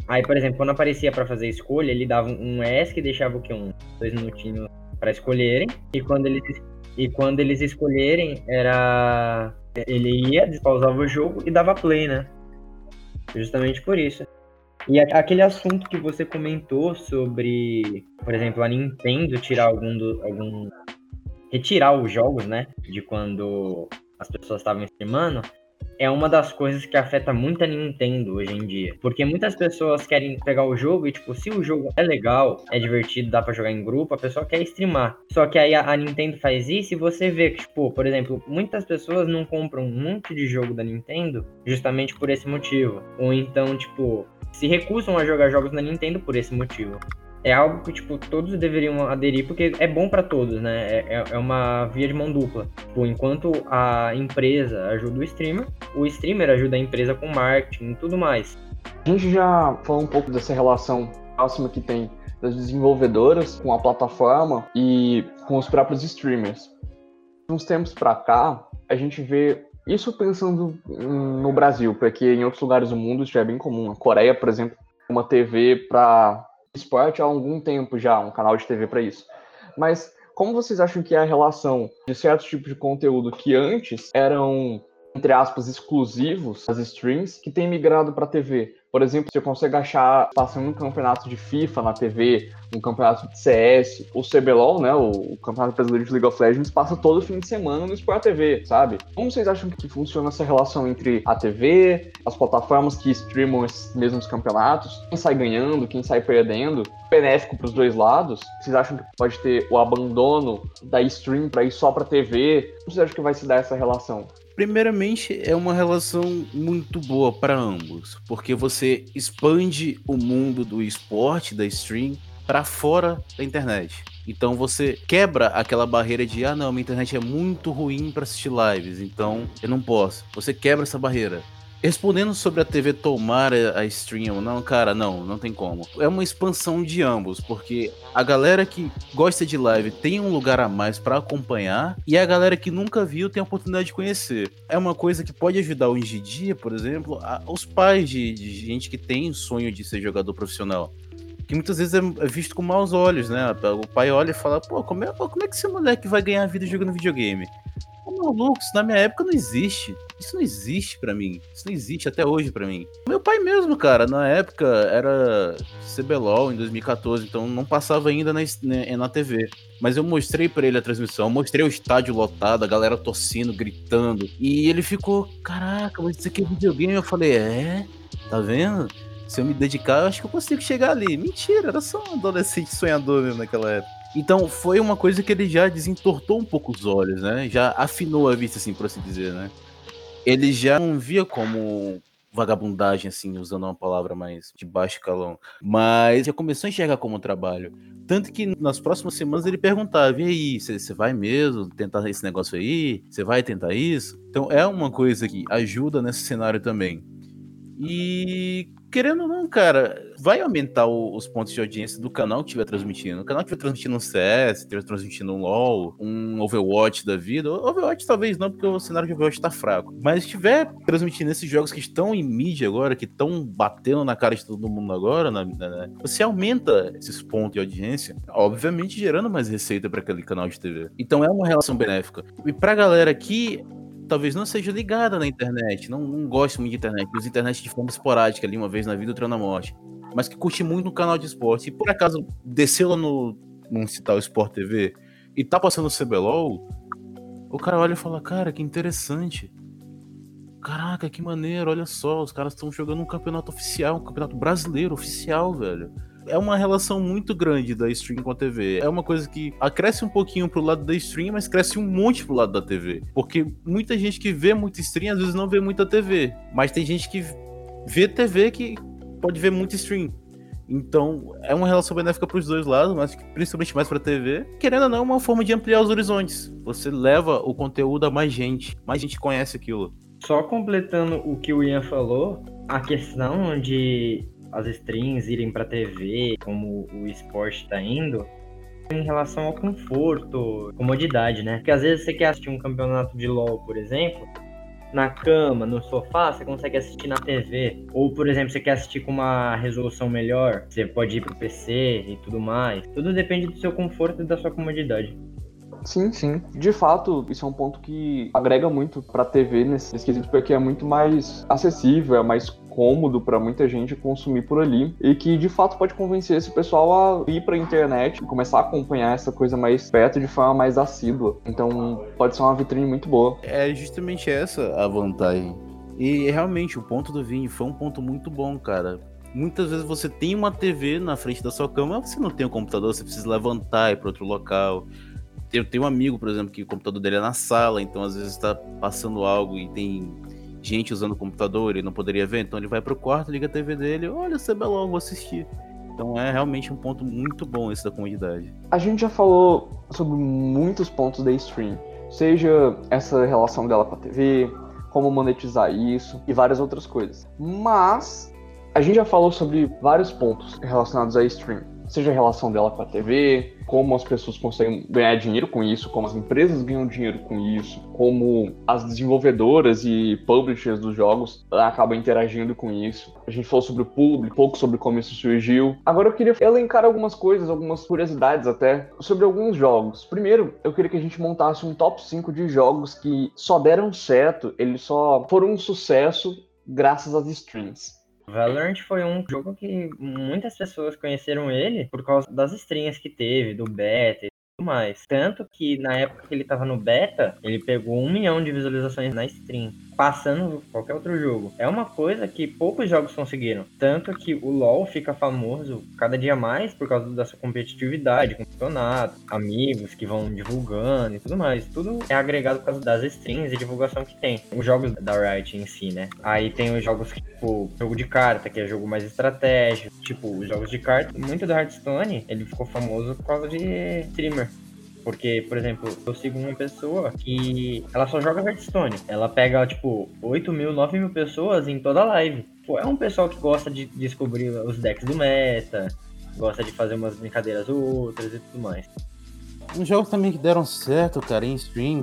Aí, por exemplo, quando aparecia pra fazer escolha, ele dava um ESC e deixava o quê? Um, dois minutinhos pra escolherem. E quando eles, e quando eles escolherem, era... ele ia, despausava o jogo e dava play, né? Justamente por isso. E aquele assunto que você comentou sobre, por exemplo, a Nintendo tirar algum do, algum retirar os jogos, né, de quando as pessoas estavam streamando, é uma das coisas que afeta muito a Nintendo hoje em dia. Porque muitas pessoas querem pegar o jogo e, tipo, se o jogo é legal, é divertido, dá pra jogar em grupo, a pessoa quer streamar. Só que aí a, a Nintendo faz isso e você vê que, tipo, por exemplo, muitas pessoas não compram um monte de jogo da Nintendo justamente por esse motivo. Ou então, tipo, se recusam a jogar jogos da Nintendo por esse motivo. É algo que, tipo, todos deveriam aderir, porque é bom pra todos, né? É, é uma via de mão dupla. Tipo, enquanto a empresa ajuda o streamer, o streamer ajuda a empresa com marketing e tudo mais. A gente já falou um pouco dessa relação próxima que tem das desenvolvedoras com a plataforma e com os próprios streamers. De uns tempos pra cá, a gente vê isso pensando no Brasil, porque em outros lugares do mundo isso já é bem comum. A Coreia, por exemplo, tem uma T V para esporte há algum tempo já, um canal de T V para isso. Mas como vocês acham que é a relação de certos tipos de conteúdo que antes eram, entre aspas, exclusivos das streams, que tem migrado para a T V? Por exemplo, você consegue achar, passando um campeonato de FIFA na T V, um campeonato de C S, o C B L O L, né, o Campeonato Brasileiro de League of Legends, passa todo fim de semana no Sport T V, sabe? Como vocês acham que funciona essa relação entre a T V, as plataformas que streamam esses mesmos campeonatos, quem sai ganhando, quem sai perdendo, benéfico para os dois lados? Vocês acham que pode ter o abandono da stream para ir só para T V? Como vocês acham que vai se dar essa relação? Primeiramente, é uma relação muito boa para ambos, porque você expande o mundo do esporte, da stream, para fora da internet. Então você quebra aquela barreira de, ah não, minha internet é muito ruim para assistir lives, então eu não posso. Você quebra essa barreira. Respondendo sobre a T V tomar a stream ou não, cara, não, não tem como. É uma expansão de ambos, porque a galera que gosta de live tem um lugar a mais pra acompanhar, e a galera que nunca viu tem a oportunidade de conhecer. É uma coisa que pode ajudar hoje em dia, por exemplo, a, os pais de, de gente que tem sonho de ser jogador profissional. Que muitas vezes é visto com maus olhos, né? O pai olha e fala, pô, como é, como é que esse moleque vai ganhar vida jogando videogame? Ô, maluco, isso na minha época não existe. Isso não existe pra mim. Isso não existe até hoje pra mim. Meu pai mesmo, cara, na época era C B L O L em dois mil e catorze, então não passava ainda na, na T V. Mas eu mostrei pra ele a transmissão, mostrei o estádio lotado, a galera tossindo, gritando. E ele ficou, caraca, mas isso aqui é videogame? Eu falei, é? Tá vendo? Se eu me dedicar, eu acho que eu consigo chegar ali. Mentira, era só um adolescente sonhador mesmo naquela época. Então foi uma coisa que ele já desentortou um pouco os olhos, né? Já afinou a vista, assim, por assim dizer, né? Ele já não via como vagabundagem, assim, usando uma palavra mais de baixo calão, mas já começou a enxergar como trabalho. Tanto que nas próximas semanas ele perguntava, e aí, você vai mesmo tentar esse negócio aí? Você vai tentar isso? Então é uma coisa que ajuda nesse cenário também. E querendo ou não, cara, vai aumentar o, os pontos de audiência do canal que estiver transmitindo. O canal que estiver transmitindo um C S, estiver transmitindo um LoL, um Overwatch da vida. Overwatch talvez não, porque o cenário de Overwatch tá fraco. Mas estiver transmitindo esses jogos que estão em mídia agora, que estão batendo na cara de todo mundo agora, na, na, você aumenta esses pontos de audiência, obviamente gerando mais receita para aquele canal de T V. Então é uma relação benéfica. E pra galera que talvez não seja ligada na internet, não, não goste muito de internet, usa internet de forma esporádica ali, uma vez na vida, outra na morte, mas que curte muito no canal de esporte, e por acaso desceu lá no, num citar Sport T V, e tá passando o C B L O L, o cara olha e fala, cara, que interessante, caraca, que maneiro, olha só, os caras estão jogando um campeonato oficial, um campeonato brasileiro oficial, velho. É uma relação muito grande da stream com a T V. É uma coisa que cresce um pouquinho pro lado da stream, mas cresce um monte pro lado da T V. Porque muita gente que vê muita stream, às vezes não vê muita T V. Mas tem gente que vê T V que pode ver muita stream. Então, é uma relação benéfica pros dois lados, mas principalmente mais pra T V. Querendo ou não, é uma forma de ampliar os horizontes. Você leva o conteúdo a mais gente. Mais gente conhece aquilo. Só completando o que o Ian falou, a questão de as streams irem pra T V, como o esporte tá indo, em relação ao conforto, comodidade, né? Porque às vezes você quer assistir um campeonato de LoL, por exemplo, na cama, no sofá, você consegue assistir na T V. Ou, por exemplo, você quer assistir com uma resolução melhor, você pode ir pro P C e tudo mais. Tudo depende do seu conforto e da sua comodidade. Sim, sim. De fato, isso é um ponto que agrega muito pra T V nesse quesito, porque é muito mais acessível, é mais cômodo pra muita gente consumir por ali, e que de fato pode convencer esse pessoal a ir pra internet e começar a acompanhar essa coisa mais perto de forma mais assídua. Então pode ser uma vitrine muito boa. É justamente essa a vantagem. E realmente o ponto do Vini foi um ponto muito bom, cara. Muitas vezes você tem uma T V na frente da sua cama, mas você não tem um computador, você precisa levantar e ir para outro local. Eu tenho um amigo, por exemplo, que o computador dele é na sala, então às vezes está passando algo e tem gente usando o computador, ele não poderia ver, então ele vai pro quarto, liga a T V dele, olha, C B L O L, vou assistir. Então é realmente um ponto muito bom esse da comunidade. A gente já falou sobre muitos pontos da stream, seja essa relação dela com a T V, como monetizar isso e várias outras coisas. Mas a gente já falou sobre vários pontos relacionados à stream, seja a relação dela com a T V, como as pessoas conseguem ganhar dinheiro com isso, como as empresas ganham dinheiro com isso, como as desenvolvedoras e publishers dos jogos acabam interagindo com isso. A gente falou sobre o público, um pouco sobre como isso surgiu. Agora eu queria elencar algumas coisas, algumas curiosidades até, sobre alguns jogos. Primeiro, eu queria que a gente montasse um top cinco de jogos que só deram certo, eles só foram um sucesso graças às streams. Valorant foi um jogo que muitas pessoas conheceram ele por causa das streams que teve, do beta e tudo mais. Tanto que na época que ele tava no beta, ele pegou um milhão de visualizações na stream, passando qualquer outro jogo. É uma coisa que poucos jogos conseguiram. Tanto que o LoL fica famoso cada dia mais por causa dessa competitividade, campeonato, amigos que vão divulgando e tudo mais. Tudo é agregado por causa das streams e divulgação que tem. Os jogos da Riot em si, né? Aí tem os jogos que, tipo, jogo de carta, que é jogo mais estratégico. Tipo, os jogos de carta, muito do Hearthstone, ele ficou famoso por causa de streamer. Porque, por exemplo, eu sigo uma pessoa que ela só joga Hearthstone. Ela pega, tipo, oito mil, nove mil pessoas em toda a live. Pô, é um pessoal que gosta de descobrir os decks do meta, gosta de fazer umas brincadeiras outras e tudo mais. Uns jogos também que deram certo, cara, em stream,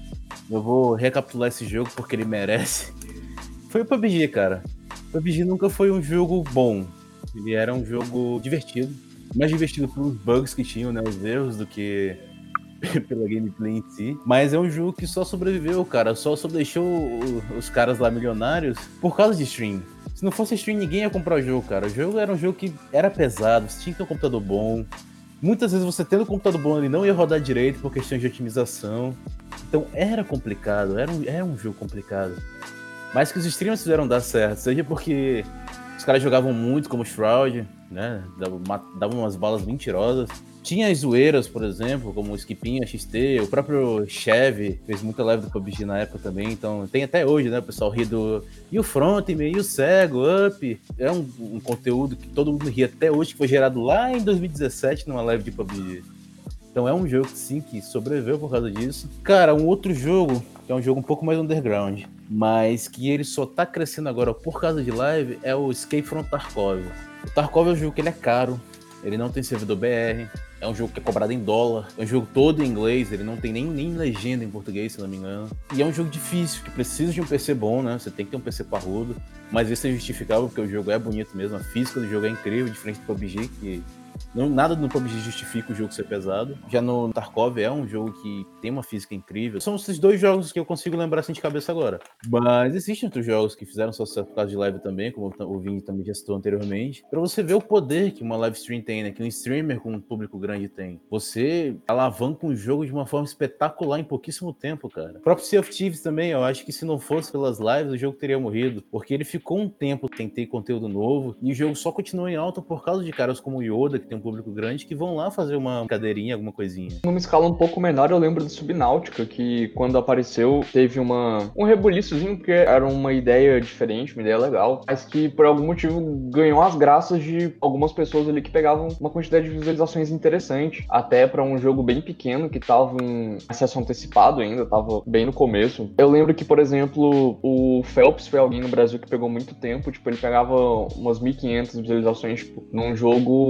eu vou recapitular esse jogo porque ele merece. Foi o P U B G, cara. O P U B G nunca foi um jogo bom. Ele era um jogo divertido. Mais divertido pelos bugs que tinham, né? Os erros do que pela gameplay em si. Mas é um jogo que só sobreviveu, cara. Só, só deixou os caras lá milionários por causa de stream. Se não fosse stream, ninguém ia comprar o jogo, cara. O jogo era um jogo que era pesado, você tinha que ter um computador bom. Muitas vezes você tendo um computador bom, ele não ia rodar direito por questões de otimização. Então era complicado, era um, era um jogo complicado. Mas que os streamers fizeram dar certo, seja porque os caras jogavam muito como Shroud, né? Davam, davam umas balas mentirosas. Tinha as zoeiras, por exemplo, como o Skipinho, X T, o próprio Chevy fez muita live do P U B G na época também, então tem até hoje, né? O pessoal ri do... E o Frontman, e o Cego, Up. É um, um conteúdo que todo mundo ri até hoje, que foi gerado lá em dois mil e dezessete numa live de P U B G. Então é um jogo, sim, que sobreviveu por causa disso. Cara, um outro jogo, que é um jogo um pouco mais underground, mas que ele só tá crescendo agora por causa de live, é o Escape from Tarkov. O Tarkov é um jogo que ele é caro, ele não tem servidor B R, é um jogo que é cobrado em dólar, é um jogo todo em inglês, ele não tem nem, nem legenda em português, se não me engano. E é um jogo difícil, que precisa de um P C bom, né? Você tem que ter um P C parrudo, mas isso é justificável porque o jogo é bonito mesmo, a física do jogo é incrível, diferente do P U B G, que... Não, nada no P U B G justifica o jogo ser pesado. Já no Tarkov é um jogo que tem uma física incrível. São esses dois jogos que eu consigo lembrar assim de cabeça agora. Mas existem outros jogos que fizeram sucesso por causa de live também, como o Vini também já citou anteriormente. Pra você ver o poder que uma live stream tem, né? Que um streamer com um público grande tem. Você alavanca um jogo de uma forma espetacular em pouquíssimo tempo, cara. O próprio Sea of Thieves também, eu acho que se não fosse pelas lives, o jogo teria morrido. Porque ele ficou um tempo sem ter conteúdo novo e o jogo só continuou em alta por causa de caras como o Yoda, que tem um público grande, que vão lá fazer uma cadeirinha, alguma coisinha. Numa escala um pouco menor, eu lembro do Subnáutica, que quando apareceu, teve uma, um rebuliçozinho, porque era uma ideia diferente, uma ideia legal, mas que por algum motivo ganhou as graças de algumas pessoas ali que pegavam uma quantidade de visualizações interessante, até pra um jogo bem pequeno, que tava em acesso antecipado ainda, tava bem no começo. Eu lembro que, por exemplo, o Phelps foi alguém no Brasil que pegou muito tempo, tipo, ele pegava umas mil e quinhentas visualizações, tipo, num jogo super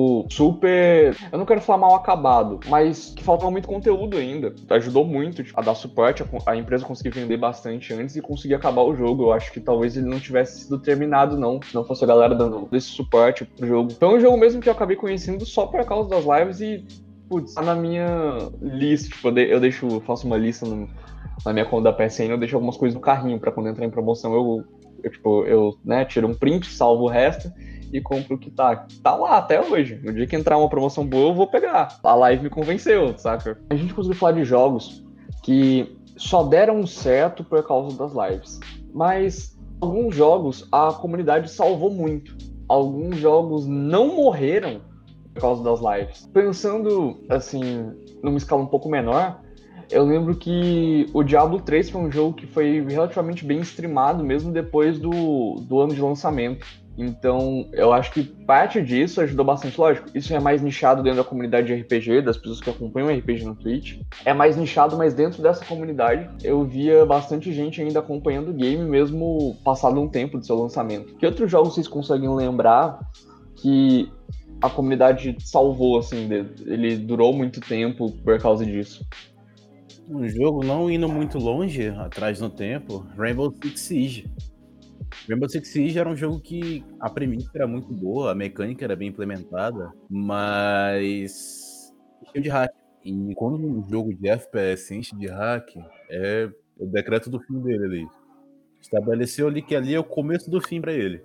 super... Eu não quero falar mal acabado, mas que faltava muito conteúdo ainda. Ajudou muito tipo, a dar suporte, a, a empresa conseguir vender bastante antes e conseguir acabar o jogo. Eu acho que talvez ele não tivesse sido terminado, não. Se não fosse a galera dando esse suporte pro jogo. Foi um jogo mesmo que eu acabei conhecendo só por causa das lives e, putz, tá na minha lista. Tipo, eu deixo, eu faço uma lista no, na minha conta da P S N, eu deixo algumas coisas no carrinho pra quando entrar em promoção eu, eu tipo, eu, né, tiro um print, salvo o resto e compro o que tá. Tá lá até hoje. No dia que entrar uma promoção boa, eu vou pegar. A live me convenceu, saca? A gente conseguiu falar de jogos que só deram certo por causa das lives. Mas alguns jogos a comunidade salvou muito. Alguns jogos não morreram por causa das lives. Pensando, assim, numa escala um pouco menor, eu lembro que o Diablo três foi um jogo que foi relativamente bem streamado, mesmo depois do, do ano de lançamento. Então, eu acho que parte disso ajudou bastante. Lógico, isso é mais nichado dentro da comunidade de R P G, das pessoas que acompanham R P G no Twitch. É mais nichado, mas dentro dessa comunidade, eu via bastante gente ainda acompanhando o game, mesmo passado um tempo do seu lançamento. Que outros jogos vocês conseguem lembrar que a comunidade salvou, assim, ele durou muito tempo por causa disso? Um jogo não indo muito longe atrás no tempo, Rainbow Six Siege. Rainbow Six Siege era um jogo que a premissa era muito boa, a mecânica era bem implementada, mas cheio de hack. E quando um jogo de F P S enche de hack, é o decreto do fim dele ali. Estabeleceu ali que ali é o começo do fim pra ele.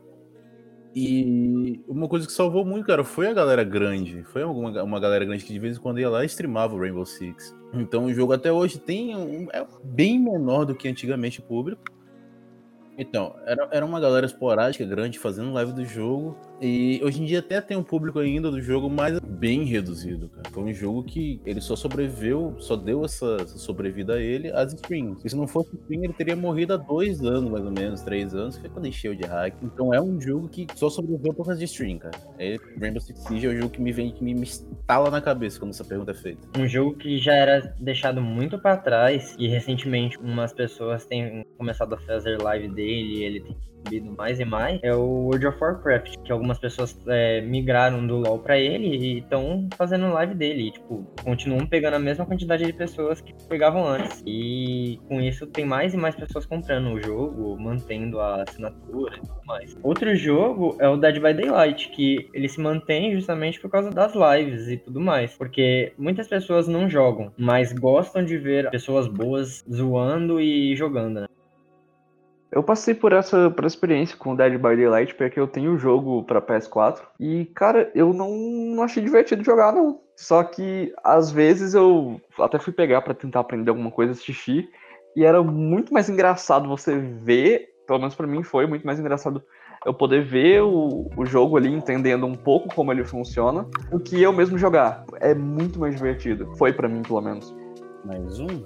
E uma coisa que salvou muito, cara, foi a galera grande. Foi alguma, uma galera grande que de vez em quando ia lá e streamava o Rainbow Six. Então o jogo até hoje tem um, é bem menor do que antigamente o público. Então, era, era uma galera esporádica, grande, fazendo live do jogo. E hoje em dia até tem um público ainda do jogo, mas bem reduzido, cara. Foi um jogo que ele só sobreviveu, só deu essa, essa sobrevida a ele às streams. E se não fosse stream, ele teria morrido há dois anos, mais ou menos, três anos, que foi quando encheu de hack. Então é um jogo que só sobreviveu por causa de stream, cara. É, Rainbow Six Siege é o jogo que me vem, que me, me estala na cabeça quando essa pergunta é feita. Um jogo que já era deixado muito pra trás e recentemente umas pessoas têm começado a fazer live dele e ele tem subido mais e mais, é o World of Warcraft, que algumas pessoas é, migraram do LoL pra ele e estão fazendo live dele, e, tipo, continuam pegando a mesma quantidade de pessoas que pegavam antes, e com isso tem mais e mais pessoas comprando o jogo, mantendo a assinatura e tudo mais. Outro jogo é o Dead by Daylight, que ele se mantém justamente por causa das lives e tudo mais, porque muitas pessoas não jogam, mas gostam de ver pessoas boas zoando e jogando, né? Eu passei por essa, por essa experiência com Dead by Daylight, porque eu tenho o jogo pra P S quatro. E, cara, eu não, não achei divertido jogar, não. Só que, às vezes, eu até fui pegar pra tentar aprender alguma coisa, assistir. E era muito mais engraçado você ver, pelo menos pra mim foi muito mais engraçado eu poder ver o, o jogo ali, entendendo um pouco como ele funciona, do que eu mesmo jogar. É muito mais divertido. Foi pra mim, pelo menos. Mais um?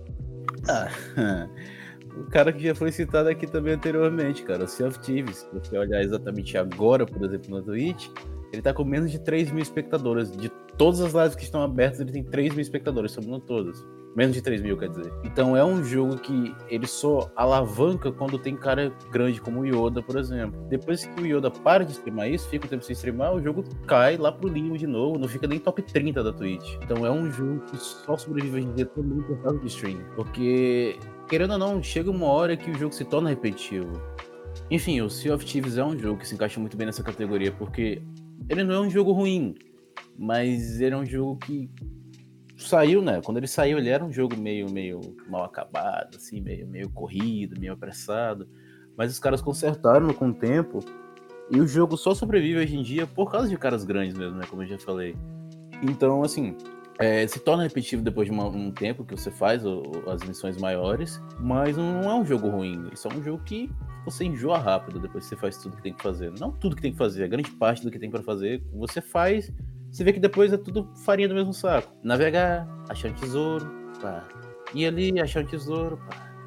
Ah... O cara que já foi citado aqui também anteriormente, cara, o Sea of Thieves. Se você olhar exatamente agora, por exemplo, no Twitch, ele tá com menos de três mil espectadores. De todas as lives que estão abertas, ele tem três mil espectadores, somando todas. Menos de três mil, quer dizer. Então é um jogo que ele só alavanca quando tem cara grande, como o Yoda, por exemplo. Depois que o Yoda para de streamar isso, fica um tempo sem streamar, o jogo cai lá pro limbo de novo, não fica nem top trinta da Twitch. Então é um jogo que só sobrevive hoje em dia também por causa do stream. Porque... querendo ou não, chega uma hora que o jogo se torna repetitivo. Enfim, o Sea of Thieves é um jogo que se encaixa muito bem nessa categoria, porque ele não é um jogo ruim, mas ele é um jogo que saiu, né? Quando ele saiu, ele era um jogo meio, meio mal acabado, assim, meio, meio corrido, meio apressado. Mas os caras consertaram com o tempo, e o jogo só sobrevive hoje em dia por causa de caras grandes mesmo, né? Como eu já falei. Então, assim... É, se torna repetitivo depois de uma, um tempo que você faz o, as missões maiores, mas não é um jogo ruim, é só um jogo que você enjoa rápido depois que você faz tudo que tem que fazer. Não tudo que tem que fazer, a grande parte do que tem pra fazer, você faz, você vê que depois é tudo farinha do mesmo saco. Navegar, achar um tesouro, pá. Ir ali, achar um tesouro, pá.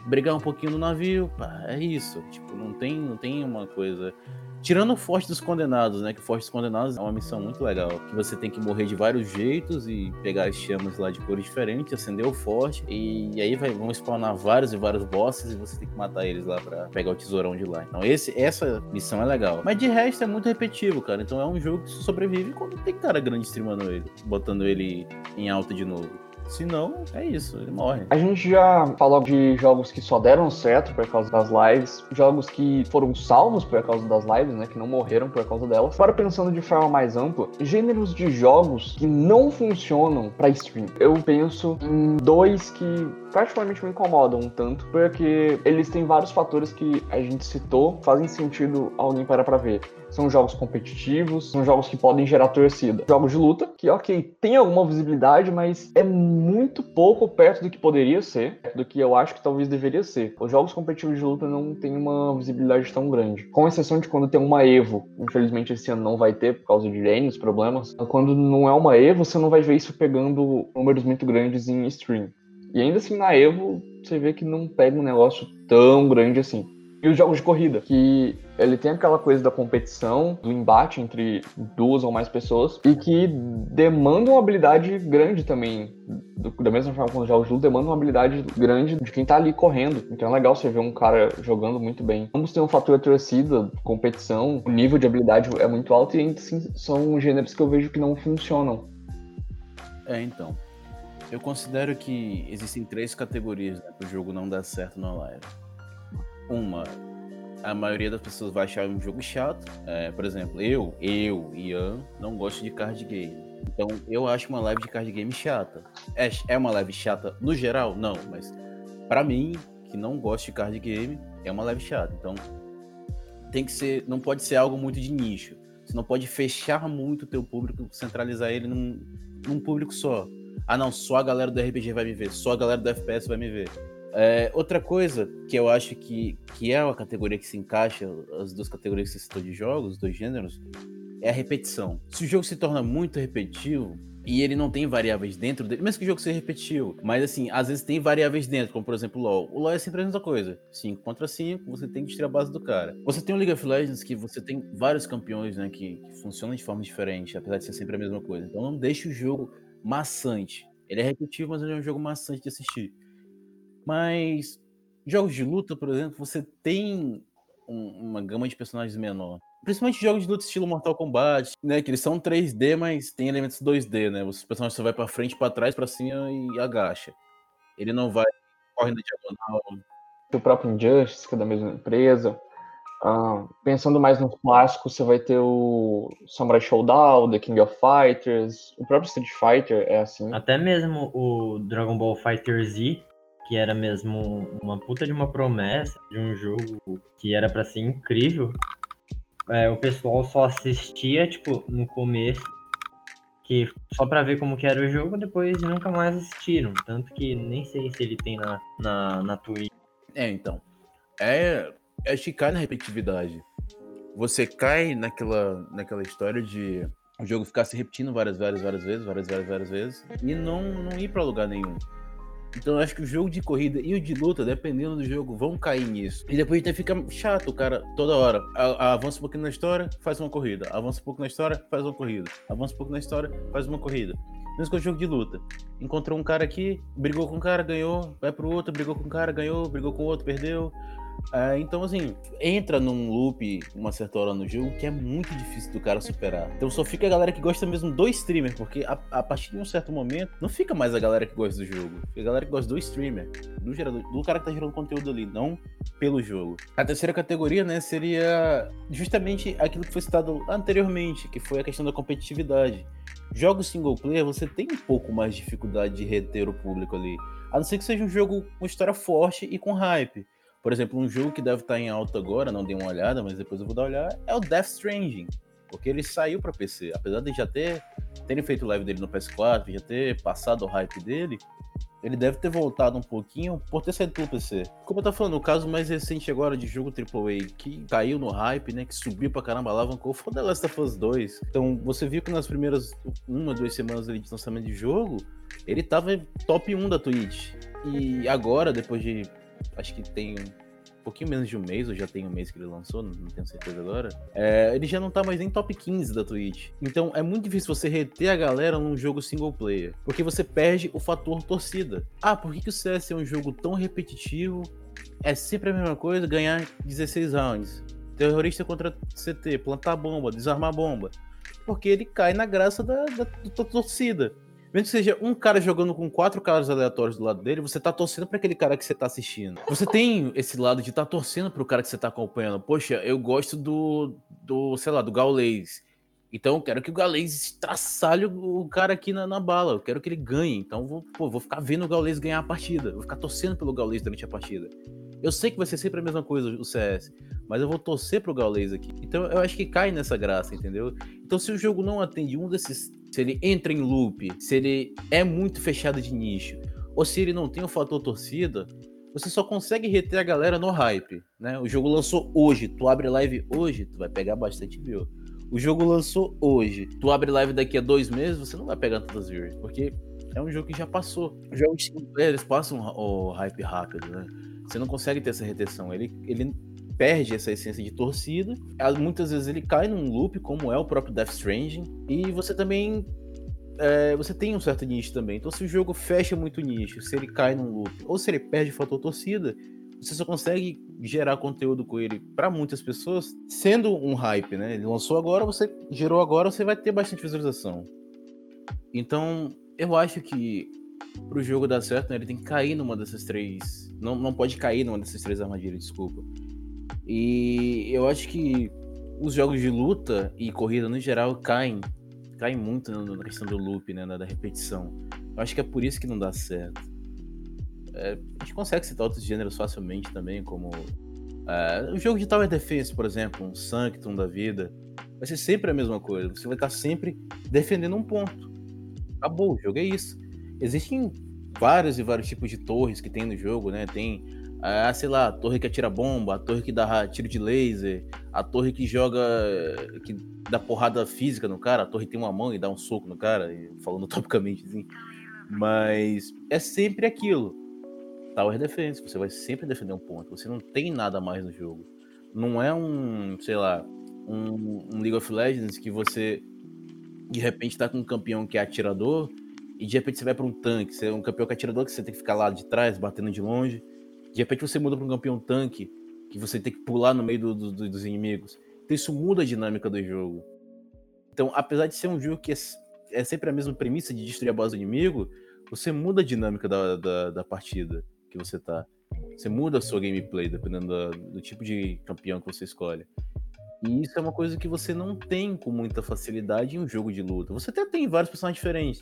brigar um pouquinho no navio, pá, é isso. Tipo, não tem, não tem uma coisa... Tirando o Forte dos Condenados, né? Que o Forte dos Condenados é uma missão muito legal. Que você tem que morrer de vários jeitos e pegar as chamas lá de cores diferentes, acender o forte. E, e aí vai, vão spawnar vários e vários bosses e você tem que matar eles lá pra pegar o tesourão de lá. Então esse, essa missão é legal. Mas de resto é muito repetitivo, cara. Então é um jogo que sobrevive quando tem cara grande streamando ele. Botando ele em alta de novo. Se não, é isso, ele morre. A gente já falou de jogos que só deram certo por causa das lives, jogos que foram salvos por causa das lives, né, que não morreram por causa delas. Agora, pensando de forma mais ampla, gêneros de jogos que não funcionam pra stream. Eu penso em dois que particularmente me incomodam um tanto, porque eles têm vários fatores que a gente citou, fazem sentido alguém parar pra ver. São jogos competitivos, são jogos que podem gerar torcida. Jogos de luta, que ok, tem alguma visibilidade, mas é muito pouco perto do que poderia ser, do que eu acho que talvez deveria ser. Os jogos competitivos de luta não têm uma visibilidade tão grande. Com exceção de quando tem uma EVO, infelizmente esse ano não vai ter por causa de N problemas. Quando não é uma EVO, você não vai ver isso pegando números muito grandes em stream. E ainda assim na EVO, você vê que não pega um negócio tão grande assim. E os jogos de corrida, que ele tem aquela coisa da competição, do embate entre duas ou mais pessoas, e que demanda uma habilidade grande também. Do, da mesma forma que os jogos de luta demandam uma habilidade grande de quem tá ali correndo. Então é legal você ver um cara jogando muito bem. Ambos têm um fator torcida, competição, o nível de habilidade é muito alto e ainda assim são gêneros que eu vejo que não funcionam. É, então. Eu considero que existem três categorias, né, para o jogo não dar certo na live. Uma, a maioria das pessoas vai achar um jogo chato. É, por exemplo, eu, eu, Ian, não gosto de card game. Então, eu acho uma live de card game chata. É, é uma live chata no geral? Não, mas pra mim, que não gosto de card game, é uma live chata. Então, tem que ser, não pode ser algo muito de nicho. Você não pode fechar muito o teu público, centralizar ele num, num público só. Ah, não, só a galera do R P G vai me ver, só a galera do F P S vai me ver. É, outra coisa que eu acho que, que é uma categoria que se encaixa, as duas categorias que você citou de jogos, os dois gêneros, é a repetição. Se o jogo se torna muito repetitivo e ele não tem variáveis dentro dele, mesmo que o jogo seja repetitivo, mas assim, às vezes tem variáveis dentro, como por exemplo o LoL. O LoL é sempre a mesma coisa, cinco contra cinco, você tem que destruir a base do cara. Você tem o League of Legends que você tem vários campeões, né, que, que funcionam de forma diferente, apesar de ser sempre a mesma coisa. Então não deixe o jogo maçante. Ele é repetitivo, mas ele é um jogo maçante de assistir. Mas jogos de luta, por exemplo, você tem um, uma gama de personagens menor. Principalmente jogos de luta estilo Mortal Kombat, né? Que eles são três D, mas tem elementos dois D, né? Os personagens só vai pra frente, pra trás, pra cima e agacha. Ele não vai, corre na diagonal. O próprio Injustice, que é da mesma empresa. Ah, pensando mais nos clássicos, você vai ter o Samurai Showdown, The King of Fighters, o próprio Street Fighter é assim. Até mesmo o Dragon Ball Fighter Z, que era mesmo uma puta de uma promessa de um jogo que era pra ser incrível, é, o pessoal só assistia, tipo, no começo, que só pra ver como que era o jogo, depois nunca mais assistiram. Tanto que nem sei se ele tem na, na, na Twitch. É, então. É, é ficar na repetitividade. Você cai naquela, naquela história de o jogo ficar se repetindo várias, várias, várias vezes, várias, várias, várias vezes, e não, não ir pra lugar nenhum. Então eu acho que o jogo de corrida e o de luta, dependendo do jogo, vão cair nisso. E depois até fica chato, o cara, toda hora. A, a, avança um pouquinho na história, faz uma corrida. Avança um pouco na história, faz uma corrida. Avança um pouco na história, faz uma corrida. Mesmo com o jogo de luta. Encontrou um cara aqui, brigou com um cara, ganhou, vai pro outro, brigou com um cara, ganhou, brigou com o outro, perdeu. É, então, assim, entra num loop uma certa hora no jogo que é muito difícil do cara superar. Então só fica a galera que gosta mesmo do streamer, porque a, a partir de um certo momento, não fica mais a galera que gosta do jogo. Fica a galera que gosta do streamer, do, gerador, do cara que tá gerando conteúdo ali, não pelo jogo. A terceira categoria, né, seria justamente aquilo que foi citado anteriormente, que foi a questão da competitividade. Jogos single player, você tem um pouco mais de dificuldade de reter o público ali. A não ser que seja um jogo com história forte e com hype. Por exemplo, um jogo que deve estar em alta agora, não dei uma olhada, mas depois eu vou dar uma olhada, é o Death Stranding. Porque ele saiu para P C. Apesar de já ter terem feito o live dele no P S quatro, já ter passado o hype dele, ele deve ter voltado um pouquinho por ter saído pelo P C. Como eu tô falando, o caso mais recente agora de jogo triplo A que caiu no hype, né, que subiu pra caramba, alavancou, foi o The Last of Us dois. Então, você viu que nas primeiras uma, duas semanas ali de lançamento de jogo, ele tava top um da Twitch. E agora, depois de acho que tem um pouquinho menos de um mês, ou já tem um mês que ele lançou, não, não tenho certeza agora, é, ele já não tá mais nem top quinze da Twitch. Então é muito difícil você reter a galera num jogo single player, porque você perde o fator torcida. Ah, por que, que o C S é um jogo tão repetitivo? É sempre a mesma coisa, ganhar dezesseis rounds. Terrorista contra C T, plantar bomba, desarmar bomba. Porque ele cai na graça da, da, da torcida. Mesmo que seja um cara jogando com quatro caras aleatórios do lado dele, você tá torcendo pra aquele cara que você tá assistindo. Você tem esse lado de tá torcendo pro cara que você tá acompanhando. Poxa, eu gosto do, do sei lá, do Gaules. Então eu quero que o Gaules estraçalhe o cara aqui na, na bala. Eu quero que ele ganhe. Então vou, pô, vou ficar vendo o Gaules ganhar a partida. Vou ficar torcendo pelo Gaules durante a partida. Eu sei que vai ser sempre a mesma coisa o C S, mas eu vou torcer pro Gaules aqui. Então eu acho que cai nessa graça, entendeu? Então se o jogo não atende um desses... Se ele entra em loop, se ele é muito fechado de nicho, ou se ele não tem o fator torcida, você só consegue reter a galera no hype, né? O jogo lançou hoje, tu abre live hoje, tu vai pegar bastante view. O jogo lançou hoje, tu abre live daqui a dois meses, você não vai pegar tantas views, porque é um jogo que já passou. Os jogos single player, eles passam o hype rápido, né? Você não consegue ter essa retenção, ele... ele perde essa essência de torcida, muitas vezes ele cai num loop, como é o próprio Death Stranding, e você também é, você tem um certo nicho também. Então se o jogo fecha muito nicho, se ele cai num loop, ou se ele perde o fator torcida, você só consegue gerar conteúdo com ele para muitas pessoas, sendo um hype, né? Ele lançou agora, você gerou agora, você vai ter bastante visualização. Então eu acho que pro jogo dar certo, né, ele tem que cair numa dessas três, não, não pode cair numa dessas três armadilhas, desculpa. E eu acho que os jogos de luta e corrida no geral caem, caem muito na questão do loop, né, da repetição. Eu acho que é por isso que não dá certo. É, a gente consegue citar outros gêneros facilmente também, como é, o jogo de Tower Defense, por exemplo, um Sanctum da vida. Vai ser sempre a mesma coisa, você vai estar sempre defendendo um ponto. Acabou, o jogo é isso. Existem vários e vários tipos de torres que tem no jogo, né, tem... Ah, sei lá, a torre que atira bomba, a torre que dá tiro de laser, a torre que joga, que dá porrada física no cara, a torre tem uma mão e dá um soco no cara, falando topicamente assim. Mas é sempre aquilo. Tower Defense, você vai sempre defender um ponto, você não tem nada mais no jogo. Não é um, sei lá, um, um League of Legends que você de repente tá com um campeão que é atirador e de repente você vai pra um tanque, você é um campeão que é atirador que você tem que ficar lá de trás, batendo de longe. De repente você muda para um campeão tanque, que você tem que pular no meio do, do, dos inimigos. Então isso muda a dinâmica do jogo. Então, apesar de ser um jogo que é, é sempre a mesma premissa de destruir a base do inimigo, você muda a dinâmica da, da, da partida que você tá. Você muda a sua gameplay, dependendo da, do tipo de campeão que você escolhe. E isso é uma coisa que você não tem com muita facilidade em um jogo de luta. Você até tem vários personagens diferentes,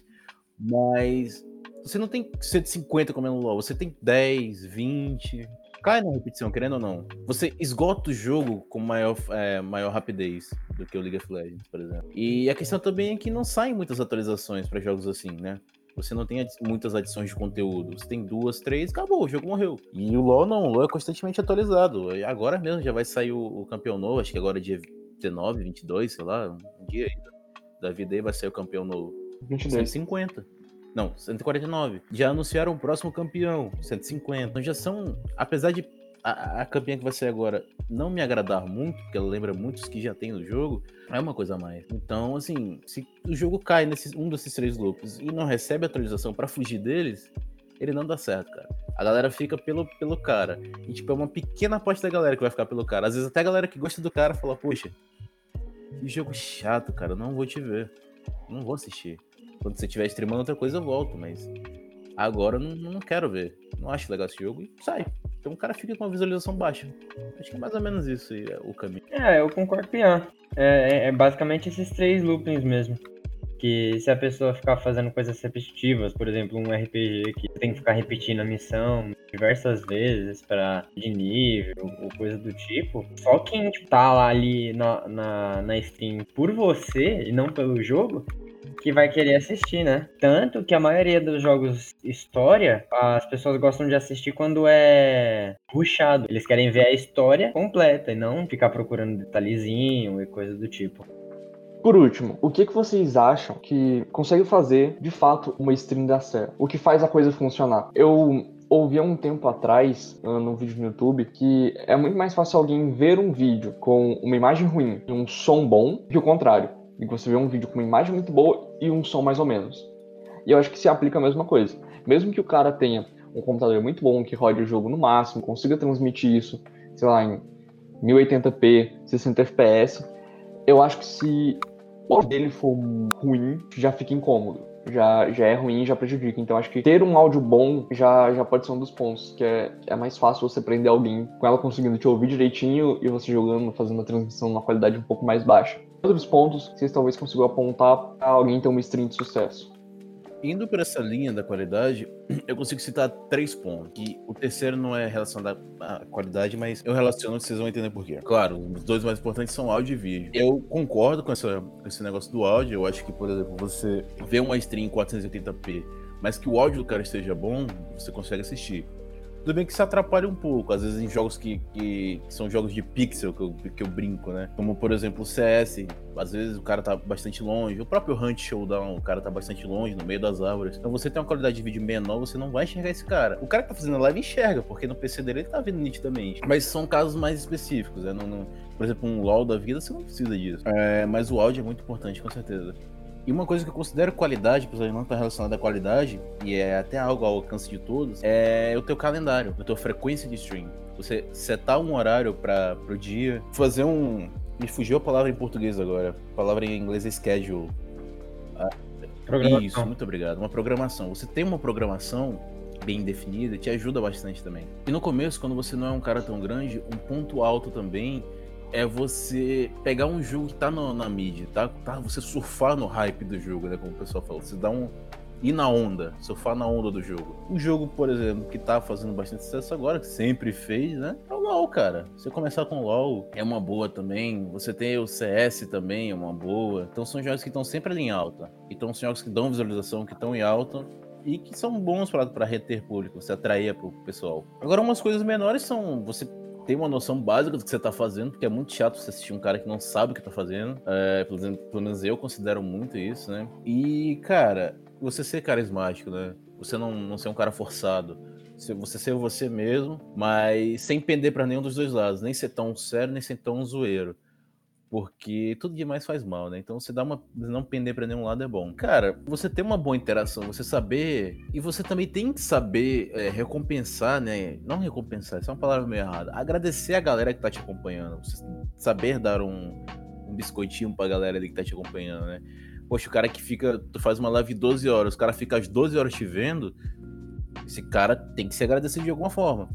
mas... Você não tem cento e cinquenta como é no LoL, você tem dez, vinte... Cai na repetição, querendo ou não. Você esgota o jogo com maior, é, maior rapidez do que o League of Legends, por exemplo. E a questão também é que não saem muitas atualizações para jogos assim, né? Você não tem adi- muitas adições de conteúdo. Você tem duas, três, acabou, o jogo morreu. E o LoL não, o LoL é constantemente atualizado. E agora mesmo já vai sair o, o campeão novo, acho que agora é dia dezenove, vinte e dois, sei lá, um dia aí da vida aí vai sair o campeão novo. vinte e dois. cento e cinquenta. Não, cento e quarenta e nove. Já anunciaram o próximo campeão, cento e cinquenta. Então já são, apesar de a, a campeã que vai sair agora não me agradar muito, porque ela lembra muitos que já tem no jogo, é uma coisa a mais. Então, assim, se o jogo cai nesse um desses três loops e não recebe atualização pra fugir deles, ele não dá certo, cara. A galera fica pelo, pelo cara. E, tipo, é uma pequena parte da galera que vai ficar pelo cara. Às vezes até a galera que gosta do cara fala, poxa, que jogo chato, cara, não vou te ver. Não vou assistir. Quando você estiver streamando outra coisa, eu volto, mas agora eu não, não quero ver. Não acho legal esse jogo e sai. Então o cara fica com uma visualização baixa. Acho que é mais ou menos isso aí, é o caminho. É, eu concordo com o Ian. É, é basicamente esses três loopings mesmo. Que se a pessoa ficar fazendo coisas repetitivas, por exemplo, um R P G que tem que ficar repetindo a missão diversas vezes para de nível ou coisa do tipo, só quem tipo, tá lá ali na, na, na Steam por você e não pelo jogo, que vai querer assistir, né? Tanto que a maioria dos jogos história, as pessoas gostam de assistir quando é rushado. Eles querem ver a história completa e não ficar procurando detalhezinho e coisa do tipo. Por último, o que, que vocês acham que consegue fazer, de fato, uma stream dar certo? O que faz a coisa funcionar? Eu ouvi há um tempo atrás, num vídeo no YouTube, que é muito mais fácil alguém ver um vídeo com uma imagem ruim e um som bom que o contrário. E você vê um vídeo com uma imagem muito boa e um som mais ou menos. E eu acho que se aplica a mesma coisa. Mesmo que o cara tenha um computador muito bom, que rode o jogo no máximo, consiga transmitir isso, sei lá, em mil e oitenta p, sessenta F P S, eu acho que se o áudio dele for ruim, já fica incômodo. Já, já é ruim e já prejudica. Então acho que ter um áudio bom já, já pode ser um dos pontos, que é, é mais fácil você prender alguém com ela conseguindo te ouvir direitinho e você jogando, fazendo a transmissão numa qualidade um pouco mais baixa. Outros pontos que vocês talvez consigam apontar para alguém ter uma stream de sucesso. Indo por essa linha da qualidade, eu consigo citar três pontos. Que o terceiro não é relacionado à qualidade, mas eu relaciono, vocês vão entender por quê. Claro, os dois mais importantes são áudio e vídeo. Eu concordo com, essa, com esse negócio do áudio. Eu acho que, por exemplo, você vê uma stream em quatrocentos e oitenta p, mas que o áudio do cara esteja bom, você consegue assistir. Tudo bem que isso atrapalha um pouco, às vezes em jogos que, que, que são jogos de pixel, que eu, que eu brinco, né? Como, por exemplo, o C S, às vezes o cara tá bastante longe, o próprio Hunt Showdown, o cara tá bastante longe, no meio das árvores. Então você tem uma qualidade de vídeo menor, você não vai enxergar esse cara. O cara que tá fazendo a live enxerga, porque no P C dele ele tá vendo nitidamente. Mas são casos mais específicos, né? Não, não, por exemplo, um LoL da vida, você não precisa disso. É, mas o áudio é muito importante, com certeza. E uma coisa que eu considero qualidade, apesar de não estar relacionada à qualidade, e é até algo ao alcance de todos, é o teu calendário, a tua frequência de stream. Você setar um horário para pro dia, fazer um... Me fugiu a palavra em português agora. A palavra em inglês é schedule. Ah, isso, muito obrigado. Uma programação. Você tem uma programação bem definida, te ajuda bastante também. E no começo, quando você não é um cara tão grande, um ponto alto também é você pegar um jogo que tá no, na mídia, tá? tá? Você surfar no hype do jogo, né? Como o pessoal fala. Você dá um... ir na onda, surfar na onda do jogo. Um jogo, por exemplo, que tá fazendo bastante sucesso agora, que sempre fez, né? É o LoL, cara. Você começar com o LoL é uma boa também. Você tem o C S também, é uma boa. Então são jogos que estão sempre ali em alta. Então são jogos que dão visualização, que estão em alta e que são bons para reter público, você atrair pro pessoal. Agora, umas coisas menores são... você tem uma noção básica do que você tá fazendo, porque é muito chato você assistir um cara que não sabe o que tá fazendo. É, pelo, menos, pelo menos eu considero muito isso, né? E, cara, você ser carismático, né? Você não, não ser um cara forçado. Você ser você mesmo, mas sem pender pra nenhum dos dois lados. Nem ser tão sério, nem ser tão zoeiro. Porque tudo demais faz mal, né? Então você dá uma... não pender pra nenhum lado é bom. Cara, você ter uma boa interação, você saber... E você também tem que saber é, recompensar, né? Não recompensar, essa é uma palavra meio errada. Agradecer a galera que tá te acompanhando. Você saber dar um, um biscoitinho pra galera ali que tá te acompanhando, né? Poxa, o cara que fica... Tu faz uma live doze horas, o cara fica às doze horas te vendo, esse cara tem que ser agradecido de alguma forma.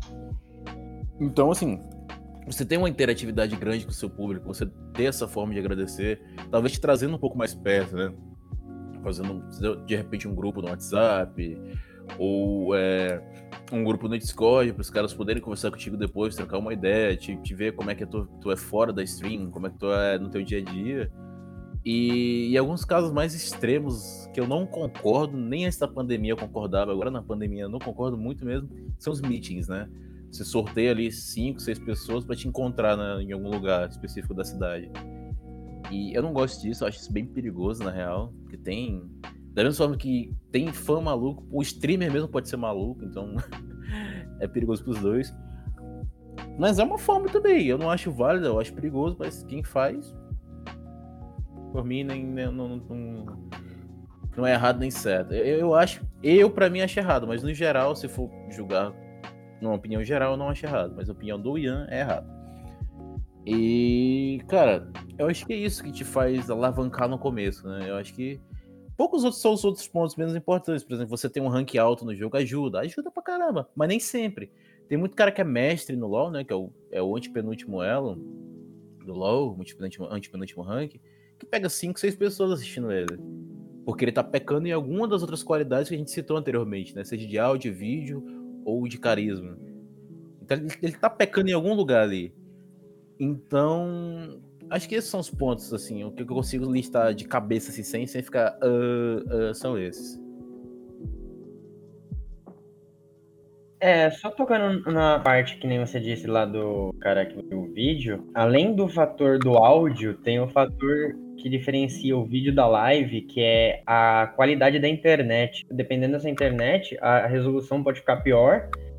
Então, assim... você tem uma interatividade grande com o seu público, você ter essa forma de agradecer, talvez te trazendo um pouco mais perto, né? Fazendo, de repente, um grupo no WhatsApp, ou é, um grupo no Discord, para os caras poderem conversar contigo depois, trocar uma ideia, te, te ver como é que tu, tu é fora da stream, como é que tu é no teu dia a dia. E em alguns casos mais extremos, que eu não concordo, nem antes da pandemia eu concordava, agora na pandemia eu não concordo muito mesmo, são os meetings, né? Você sorteia ali cinco, seis pessoas pra te encontrar, né, em algum lugar específico da cidade. E eu não gosto disso, eu acho isso bem perigoso, na real. Porque tem... da mesma forma que tem fã maluco, o streamer mesmo pode ser maluco, então é perigoso pros dois. Mas é uma forma também, eu não acho válida, eu acho perigoso, mas quem faz, por mim, nem, nem, não, não, não é errado nem certo. Eu, eu acho, eu pra mim acho errado, mas no geral, se for julgar numa opinião geral, eu não acho errado, mas a opinião do Ian é errado. E, cara, eu acho que é isso que te faz alavancar no começo, né? Eu acho que poucos outros são os outros pontos menos importantes. Por exemplo, você tem um rank alto no jogo, ajuda, ajuda pra caramba, mas nem sempre. Tem muito cara que é mestre no LoL, né? Que é o, é o antepenúltimo elo do LoL, antepenúltimo, antepenúltimo rank, que pega cinco, seis pessoas assistindo ele. Porque ele tá pecando em alguma das outras qualidades que a gente citou anteriormente, né? Seja de áudio, vídeo ou de carisma. Então ele, ele tá pecando em algum lugar ali. Então, acho que esses são os pontos, assim, o que eu consigo listar de cabeça, assim, sem, sem ficar... Uh, uh, são esses. É, só tocando na parte que nem você disse lá do cara que viu o vídeo, além do fator do áudio, tem o fator que diferencia o vídeo da live, que é a qualidade da internet. Dependendo dessa internet, a resolução pode ficar pior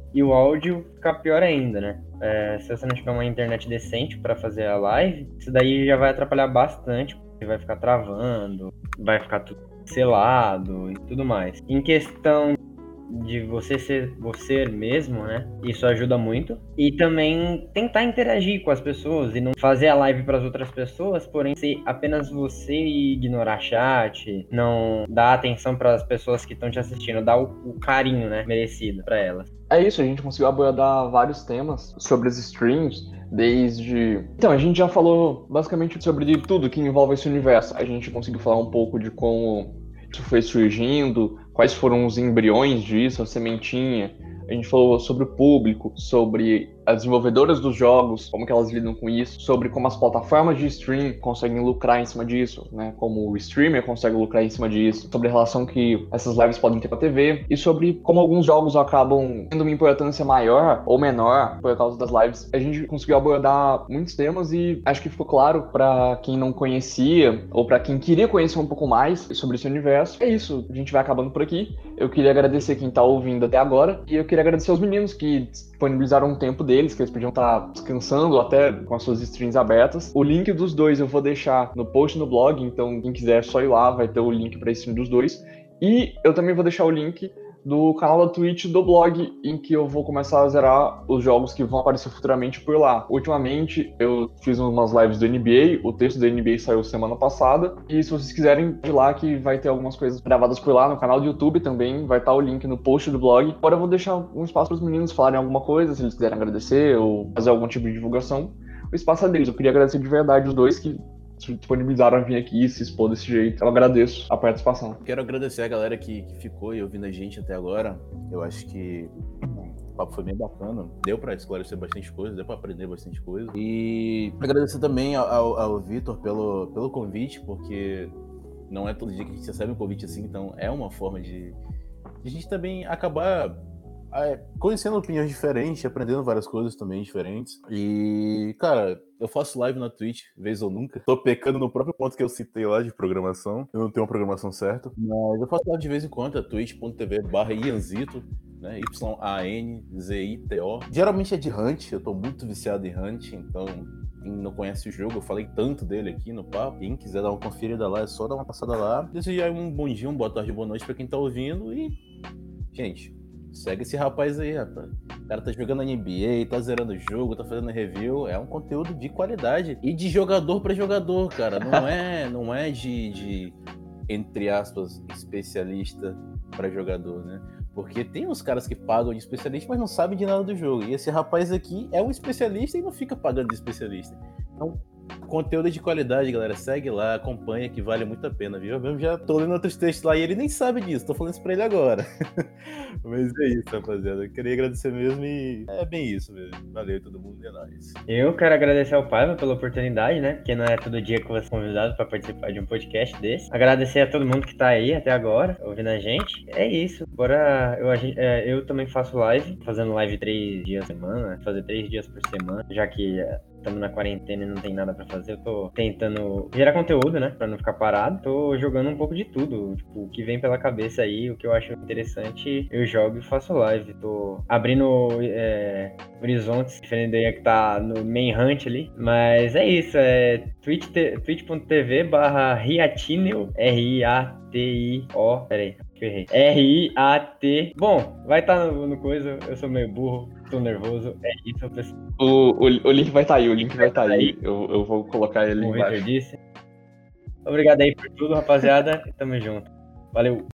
e o áudio fica pior ainda, né? É, se você não tiver uma internet decente para fazer a live, isso daí já vai atrapalhar bastante, porque vai ficar travando, vai ficar tudo selado e tudo mais. Em questão de você ser você mesmo, né? Isso ajuda muito. E também tentar interagir com as pessoas e não fazer a live para as outras pessoas, porém ser apenas você e ignorar chat, não dar atenção para as pessoas que estão te assistindo, dar o, o carinho, né, merecido para elas. É isso, a gente conseguiu abordar vários temas sobre as streams, desde... Então, a gente já falou basicamente sobre tudo que envolve esse universo. A gente conseguiu falar um pouco de como isso foi surgindo, quais foram os embriões disso, a sementinha. A gente falou sobre o público, sobre as desenvolvedoras dos jogos, como que elas lidam com isso, sobre como as plataformas de stream conseguem lucrar em cima disso, né? Como o streamer consegue lucrar em cima disso, sobre a relação que essas lives podem ter com a T V, e sobre como alguns jogos acabam tendo uma importância maior ou menor por causa das lives. A gente conseguiu abordar muitos temas e acho que ficou claro para quem não conhecia ou para quem queria conhecer um pouco mais sobre esse universo. É isso, a gente vai acabando por aqui. Eu queria agradecer quem tá ouvindo até agora e eu queria agradecer aos meninos que disponibilizaram um tempo deles, que eles podiam estar descansando até com as suas streams abertas. O link dos dois eu vou deixar no post no blog, então quem quiser é só ir lá, vai ter o link para a stream dos dois. E eu também vou deixar o link do canal da Twitch do blog, em que eu vou começar a zerar os jogos que vão aparecer futuramente por lá. Ultimamente, eu fiz umas lives do N B A, o texto do N B A saiu semana passada, e se vocês quiserem ir lá, que vai ter algumas coisas gravadas por lá, no canal do YouTube também, vai estar o link no post do blog. Agora eu vou deixar um espaço para os meninos falarem alguma coisa, se eles quiserem agradecer ou fazer algum tipo de divulgação. O espaço é deles. Eu queria agradecer de verdade os dois que disponibilizaram a vir aqui e se expor desse jeito. Eu agradeço a participação. Quero agradecer a galera que, que ficou e ouvindo a gente até agora. Eu acho que o papo foi bem bacana. Deu pra esclarecer bastante coisa, deu pra aprender bastante coisa. E agradecer também ao, ao Vitor pelo, pelo convite, porque não é todo dia que a gente recebe um convite assim, então é uma forma de, de a gente também acabar é, conhecendo opiniões diferentes, aprendendo várias coisas também diferentes. E, cara, eu faço live na Twitch, vez ou nunca. Tô pecando no próprio ponto que eu citei lá de programação. Eu não tenho uma programação certa. Mas eu faço live de vez em quando, é twitch.tv barra Ianzito, né? Y A N Z I T O. Geralmente é de Hunt, eu tô muito viciado em Hunt, então quem não conhece o jogo, eu falei tanto dele aqui no papo. Quem quiser dar uma conferida lá, é só dar uma passada lá. Desejar um bom dia, uma boa tarde, boa noite pra quem tá ouvindo. E, gente, segue esse rapaz aí, rapaz. O cara tá jogando N B A, tá zerando o jogo, tá fazendo review. É um conteúdo de qualidade. E de jogador pra jogador, cara. Não é, não é de, de, entre aspas, especialista pra jogador, né? Porque tem uns caras que pagam de especialista, mas não sabem de nada do jogo. E esse rapaz aqui é um especialista e não fica pagando de especialista. Então, conteúdo de qualidade, galera. Segue lá, acompanha, que vale muito a pena, viu? Eu mesmo já tô lendo outros textos lá e ele nem sabe disso. Tô falando isso pra ele agora. Mas é isso, rapaziada. Eu queria agradecer mesmo e é bem isso mesmo. Valeu todo mundo, é nóis. Eu quero agradecer ao Paiva pela oportunidade, né? Porque não é todo dia que você é convidado pra participar de um podcast desse. Agradecer a todo mundo que tá aí até agora, ouvindo a gente. É isso. Bora. Eu, a gente, é, eu também faço live, fazendo live três dias por semana, fazer três dias por semana, já que estamos na quarentena e não tem nada pra fazer. Eu tô tentando gerar conteúdo, né? Pra não ficar parado. Tô jogando um pouco de tudo. Tipo, o que vem pela cabeça aí, o que eu acho interessante, eu jogo e faço live. Tô abrindo é, horizontes, diferente daí que tá no main hunt ali. Mas é isso, é twitch.tv barra Riatineo, R I A T I O, peraí, que eu errei. R I A T. Bom, vai estar tá no, no coisa, eu sou meio burro, tô nervoso, é isso, pessoal. O, o, o link vai estar tá aí, o link vai estar tá aí, eu, eu vou colocar ele Como embaixo. O Victor disse. Obrigado aí por tudo, rapaziada, tamo junto. Valeu.